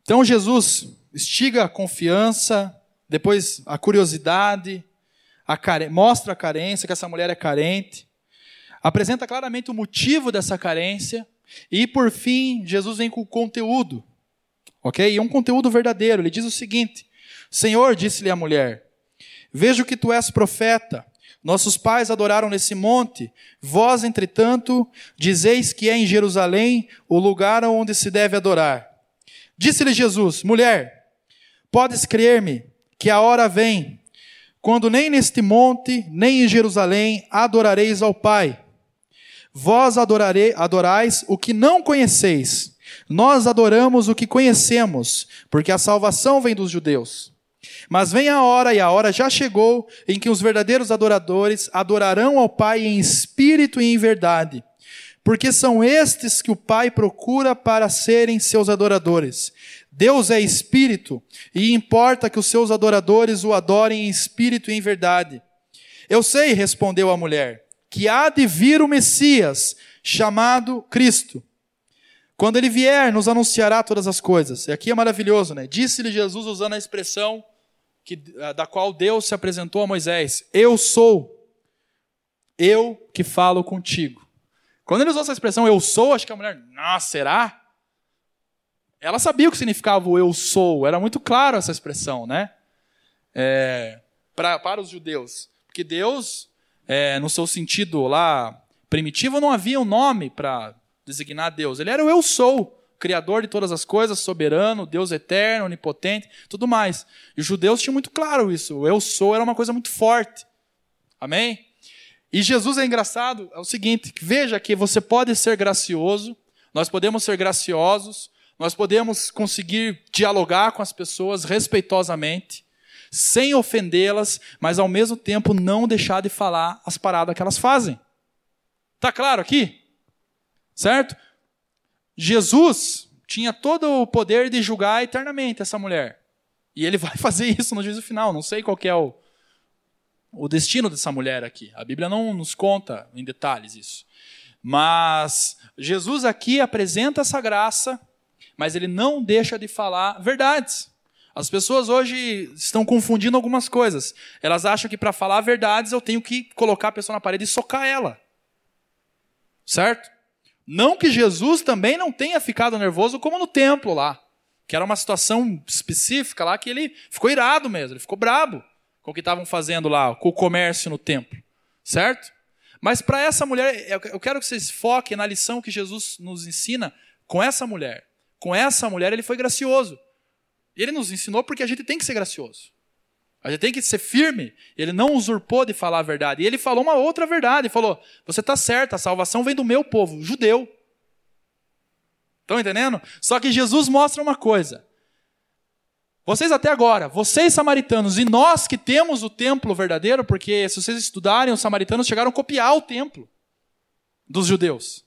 Então Jesus instiga a confiança, depois a curiosidade, a care... mostra a carência, que essa mulher é carente, apresenta claramente o motivo dessa carência, e por fim, Jesus vem com o conteúdo, ok? E é um conteúdo verdadeiro. Ele diz o seguinte: Senhor, disse-lhe a mulher, vejo que tu és profeta. Nossos pais adoraram nesse monte. Vós, entretanto, dizeis que é em Jerusalém o lugar onde se deve adorar. Disse-lhe Jesus: mulher, podes crer-me que a hora vem, quando nem neste monte, nem em Jerusalém adorareis ao Pai. Vós adorare, adorais o que não conheceis. Nós adoramos o que conhecemos, porque a salvação vem dos judeus. Mas vem a hora, e a hora já chegou, em que os verdadeiros adoradores adorarão ao Pai em espírito e em verdade. Porque são estes que o Pai procura para serem seus adoradores. Deus é espírito, e importa que os seus adoradores o adorem em espírito e em verdade. Eu sei, respondeu a mulher, que há de vir o Messias, chamado Cristo. Quando ele vier, nos anunciará todas as coisas. E aqui é maravilhoso, né? Disse-lhe Jesus usando a expressão que, da qual Deus se apresentou a Moisés. Eu sou, eu que falo contigo. Quando ele usou essa expressão, eu sou, acho que a mulher, nossa, será? Ela sabia o que significava o eu sou. Era muito claro essa expressão, né? É, pra, para os judeus. Porque Deus, é, no seu sentido lá primitivo, não havia um nome para designar Deus. Ele era o eu sou, criador de todas as coisas, soberano, Deus eterno, onipotente, tudo mais. E os judeus tinham muito claro isso. O eu sou era uma coisa muito forte. Amém? E Jesus é engraçado, é o seguinte, veja que você pode ser gracioso, nós podemos ser graciosos, nós podemos conseguir dialogar com as pessoas respeitosamente, sem ofendê-las, mas ao mesmo tempo não deixar de falar as paradas que elas fazem. Está claro aqui? Certo? Jesus tinha todo o poder de julgar eternamente essa mulher. E ele vai fazer isso no juízo final. Não sei qual que é o, o destino dessa mulher aqui. A Bíblia não nos conta em detalhes isso. Mas Jesus aqui apresenta essa graça, mas ele não deixa de falar verdades. As pessoas hoje estão confundindo algumas coisas. Elas acham que para falar verdades eu tenho que colocar a pessoa na parede e socar ela. Certo? Não que Jesus também não tenha ficado nervoso como no templo lá, que era uma situação específica lá que ele ficou irado mesmo, ele ficou brabo com o que estavam fazendo lá, com o comércio no templo, certo? Mas para essa mulher, eu quero que vocês foquem na lição que Jesus nos ensina com essa mulher. Com essa mulher ele foi gracioso. Ele nos ensinou porque a gente tem que ser gracioso. A gente tem que ser firme. Ele não usurpou de falar a verdade. E ele falou uma outra verdade. Ele falou, você está certo, a salvação vem do meu povo, judeu. Estão entendendo? Só que Jesus mostra uma coisa. Vocês até agora, vocês samaritanos, e nós que temos o templo verdadeiro, porque se vocês estudarem, os samaritanos chegaram a copiar o templo dos judeus.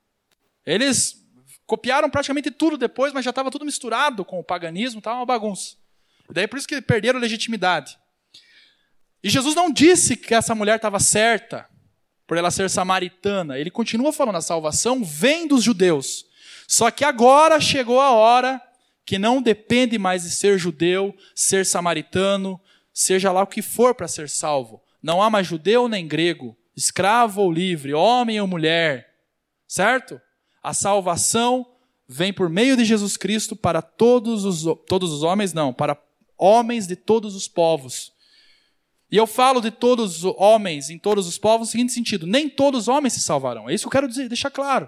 Eles copiaram praticamente tudo depois, mas já estava tudo misturado com o paganismo, estava uma bagunça. E daí por isso que perderam legitimidade. E Jesus não disse que essa mulher estava certa por ela ser samaritana. Ele continua falando, a salvação vem dos judeus. Só que agora chegou a hora que não depende mais de ser judeu, ser samaritano, seja lá o que for para ser salvo. Não há mais judeu nem grego, escravo ou livre, homem ou mulher. Certo? A salvação vem por meio de Jesus Cristo para todos os, todos os homens, não, para homens de todos os povos. E eu falo de todos os homens em todos os povos no seguinte sentido, nem todos os homens se salvarão. É isso que eu quero dizer, deixar claro.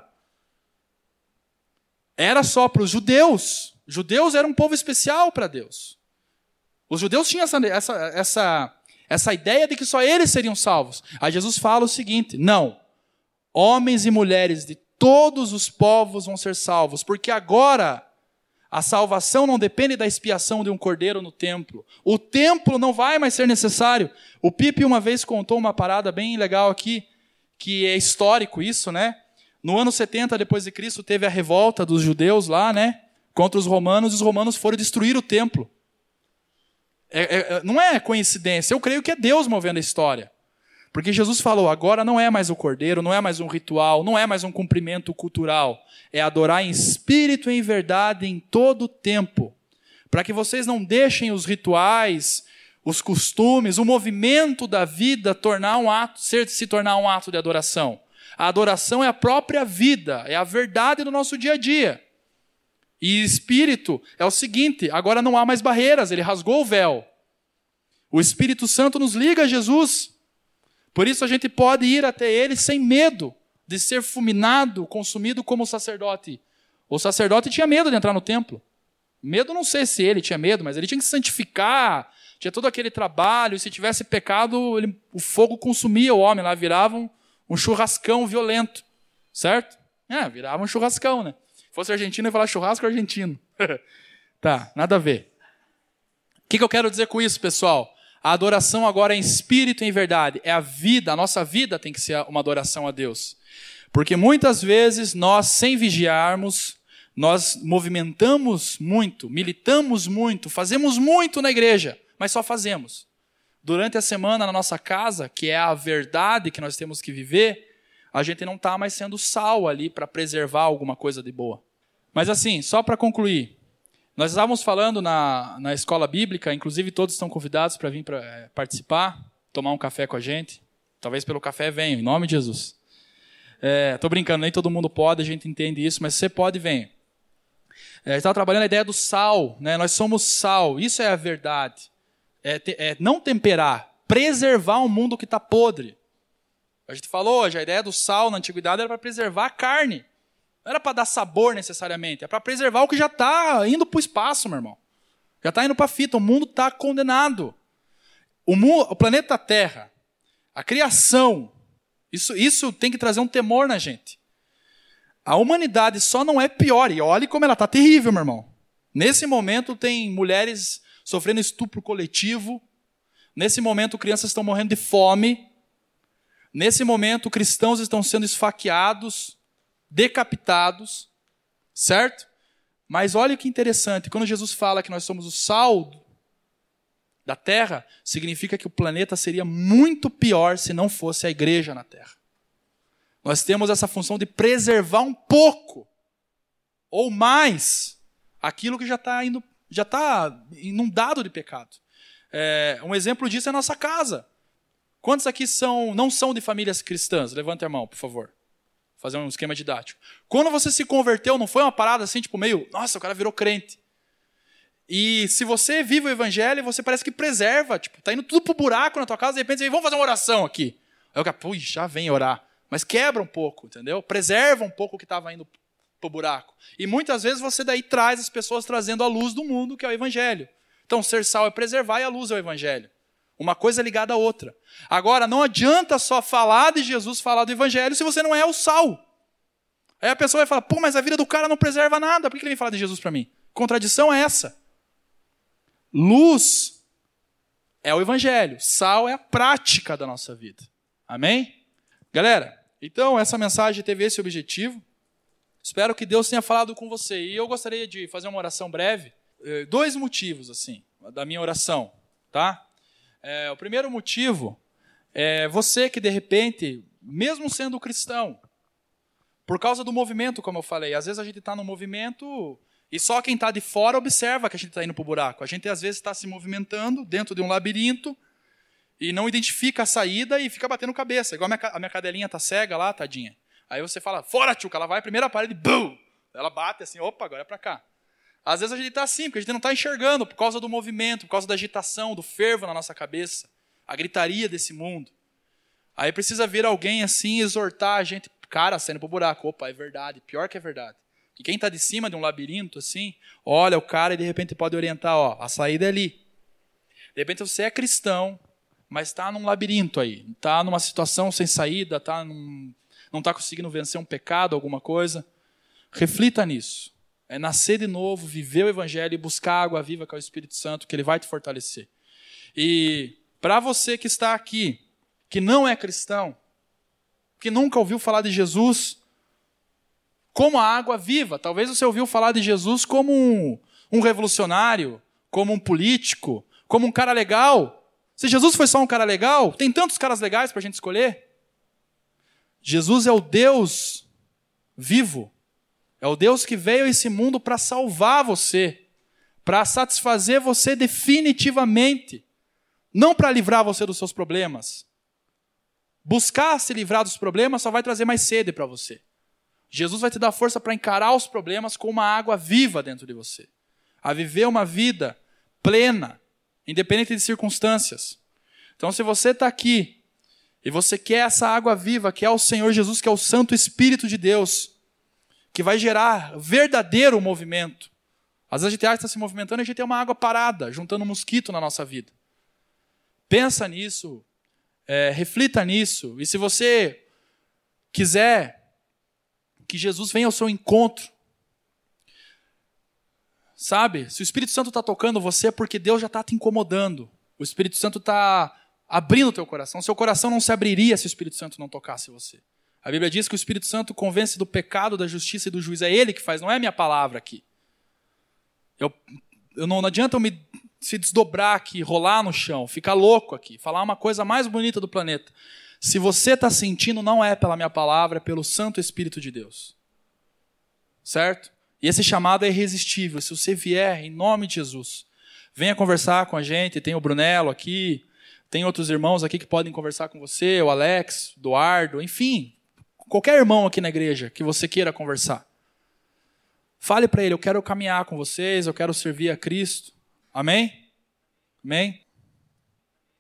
Era só para os judeus. Judeus era um povo especial para Deus. Os judeus tinham essa, essa, essa, essa ideia de que só eles seriam salvos. Aí Jesus fala o seguinte, não, homens e mulheres de todos os povos vão ser salvos, porque agora a salvação não depende da expiação de um cordeiro no templo. O templo não vai mais ser necessário. O Pipe uma vez contou uma parada bem legal aqui, que é histórico isso, né? No ano setenta depois de Cristo teve a revolta dos judeus lá, né? Contra os romanos, e os romanos foram destruir o templo. É, é, não é coincidência, eu creio que é Deus movendo a história. Porque Jesus falou, agora não é mais o cordeiro, não é mais um ritual, não é mais um cumprimento cultural. É adorar em espírito e em verdade em todo o tempo. para que vocês não deixem os rituais, os costumes, o movimento da vida tornar um ato, ser, se tornar um ato de adoração. A adoração é a própria vida, é a verdade do nosso dia a dia. E Espírito é o seguinte, agora não há mais barreiras, ele rasgou o véu. O Espírito Santo nos liga a Jesus. Por isso a gente pode ir até ele sem medo de ser fulminado, consumido como sacerdote. O sacerdote tinha medo de entrar no templo. Medo, não sei se ele tinha medo, mas ele tinha que se santificar, tinha todo aquele trabalho, e se tivesse pecado, ele, o fogo consumia o homem lá, virava um, um churrascão violento, certo? É, virava um churrascão, né? Se fosse argentino, eu ia falar churrasco argentino. Tá, nada a ver. O que, que eu quero dizer com isso, pessoal? A adoração agora é em espírito e em verdade. É a vida, a nossa vida tem que ser uma adoração a Deus. Porque muitas vezes nós, sem vigiarmos, nós movimentamos muito, militamos muito, fazemos muito na igreja, mas só fazemos. Durante a semana, na nossa casa, que é a verdade que nós temos que viver, a gente não está mais sendo sal ali para preservar alguma coisa de boa. Mas assim, só para concluir, nós estávamos falando na, na escola bíblica, inclusive todos estão convidados para vir pra, é, participar, tomar um café com a gente. Talvez pelo café venham, em nome de Jesus. Estou é, brincando, nem todo mundo pode, a gente entende isso, mas se você pode, venha. É, estava trabalhando a ideia do sal, né? Nós somos sal, isso é a verdade. É, te, é não temperar, preservar um mundo que está podre. A gente falou hoje, a ideia do sal na antiguidade era para preservar a carne. Não era para dar sabor necessariamente, é para preservar o que já está indo para o espaço, meu irmão. Já está indo para a fita, o mundo está condenado. O, mundo, o planeta Terra, a criação, isso, isso tem que trazer um temor na gente. A humanidade só não é pior, e olhe como ela está terrível, meu irmão. Nesse momento tem mulheres sofrendo estupro coletivo, nesse momento crianças estão morrendo de fome, nesse momento cristãos estão sendo esfaqueados, decapitados, certo? Mas olha que interessante, quando Jesus fala que nós somos o sal da terra, significa que o planeta seria muito pior se não fosse a igreja na terra. Nós temos essa função de preservar um pouco, ou mais, aquilo que já está indo, já está inundado de pecado. É, um exemplo disso é a nossa casa. Quantos aqui são, não são de famílias cristãs? Levante a mão, por favor. Vou fazer um esquema didático. Quando você se converteu, não foi uma parada assim, tipo meio, nossa, o cara virou crente. E se você vive o evangelho, você parece que preserva, tipo, tá indo tudo pro buraco na tua casa, de repente você vem, vamos fazer uma oração aqui. Aí o cara, pô, já vem orar. Mas quebra um pouco, entendeu? Preserva um pouco o que estava indo pro buraco. E muitas vezes você daí traz as pessoas trazendo a luz do mundo, que é o evangelho. Então, ser sal é preservar e a luz é o evangelho. Uma coisa é ligada à outra. Agora, não adianta só falar de Jesus, falar do evangelho, se você não é o sal. Aí a pessoa vai falar, pô, mas a vida do cara não preserva nada. Por que ele vem falar de Jesus para mim? Contradição é essa. Luz é o evangelho. Sal é a prática da nossa vida. Amém? Galera, então essa mensagem teve esse objetivo. Espero que Deus tenha falado com você. E eu gostaria de fazer uma oração breve. Dois motivos, assim, da minha oração, tá? É, o primeiro motivo é você que, de repente, mesmo sendo cristão, por causa do movimento, como eu falei, às vezes a gente está no movimento e só quem está de fora observa que a gente está indo para o buraco. A gente, às vezes, está se movimentando dentro de um labirinto e não identifica a saída e fica batendo cabeça. Igual a minha, a minha cadelinha está cega lá, tadinha. Aí você fala, fora, tchuca, ela vai, primeira parede, bum! Ela bate assim, opa, agora é para cá. Às vezes a gente está assim, porque a gente não está enxergando por causa do movimento, por causa da agitação, do fervo na nossa cabeça, a gritaria desse mundo. Aí precisa vir alguém assim exortar a gente, cara, saindo para o buraco. Opa, é verdade, pior que é verdade. E quem está de cima de um labirinto assim, olha o cara e de repente pode orientar, ó, a saída é ali. De repente você é cristão, mas está num labirinto aí, está numa situação sem saída, tá num, não está conseguindo vencer um pecado, alguma coisa. Reflita nisso. É nascer de novo, viver o evangelho e buscar a água viva que é o Espírito Santo, que ele vai te fortalecer. E para você que está aqui, que não é cristão, que nunca ouviu falar de Jesus como a água viva, talvez você ouviu falar de Jesus como um, um revolucionário, como um político, como um cara legal. Se Jesus foi só um cara legal, tem tantos caras legais para a gente escolher. Jesus é o Deus vivo. É o Deus que veio a esse mundo para salvar você, para satisfazer você definitivamente, não para livrar você dos seus problemas. Buscar se livrar dos problemas só vai trazer mais sede para você. Jesus vai te dar força para encarar os problemas com uma água viva dentro de você. A viver uma vida plena, independente de circunstâncias. Então, se você está aqui e você quer essa água viva, que é o Senhor Jesus, que é o Santo Espírito de Deus, que vai gerar verdadeiro movimento. Às vezes a gente acha que está se movimentando e a gente tem uma água parada, juntando mosquito na nossa vida. Pensa nisso, é, reflita nisso. E se você quiser que Jesus venha ao seu encontro, sabe? Se o Espírito Santo está tocando você, é porque Deus já está te incomodando. O Espírito Santo está abrindo o teu coração. Seu coração não se abriria se o Espírito Santo não tocasse você. A Bíblia diz que o Espírito Santo convence do pecado, da justiça e do juízo. É Ele que faz, não é a minha palavra aqui. Eu, eu não, não adianta eu me se desdobrar aqui, rolar no chão, ficar louco aqui, falar uma coisa mais bonita do planeta. Se você está sentindo, não é pela minha palavra, é pelo Santo Espírito de Deus. Certo? E esse chamado é irresistível. Se você vier, em nome de Jesus, venha conversar com a gente. Tem o Brunello aqui, tem outros irmãos aqui que podem conversar com você, o Alex, o Eduardo, enfim, qualquer irmão aqui na igreja que você queira conversar. Fale para ele, eu quero caminhar com vocês, eu quero servir a Cristo. Amém? Amém?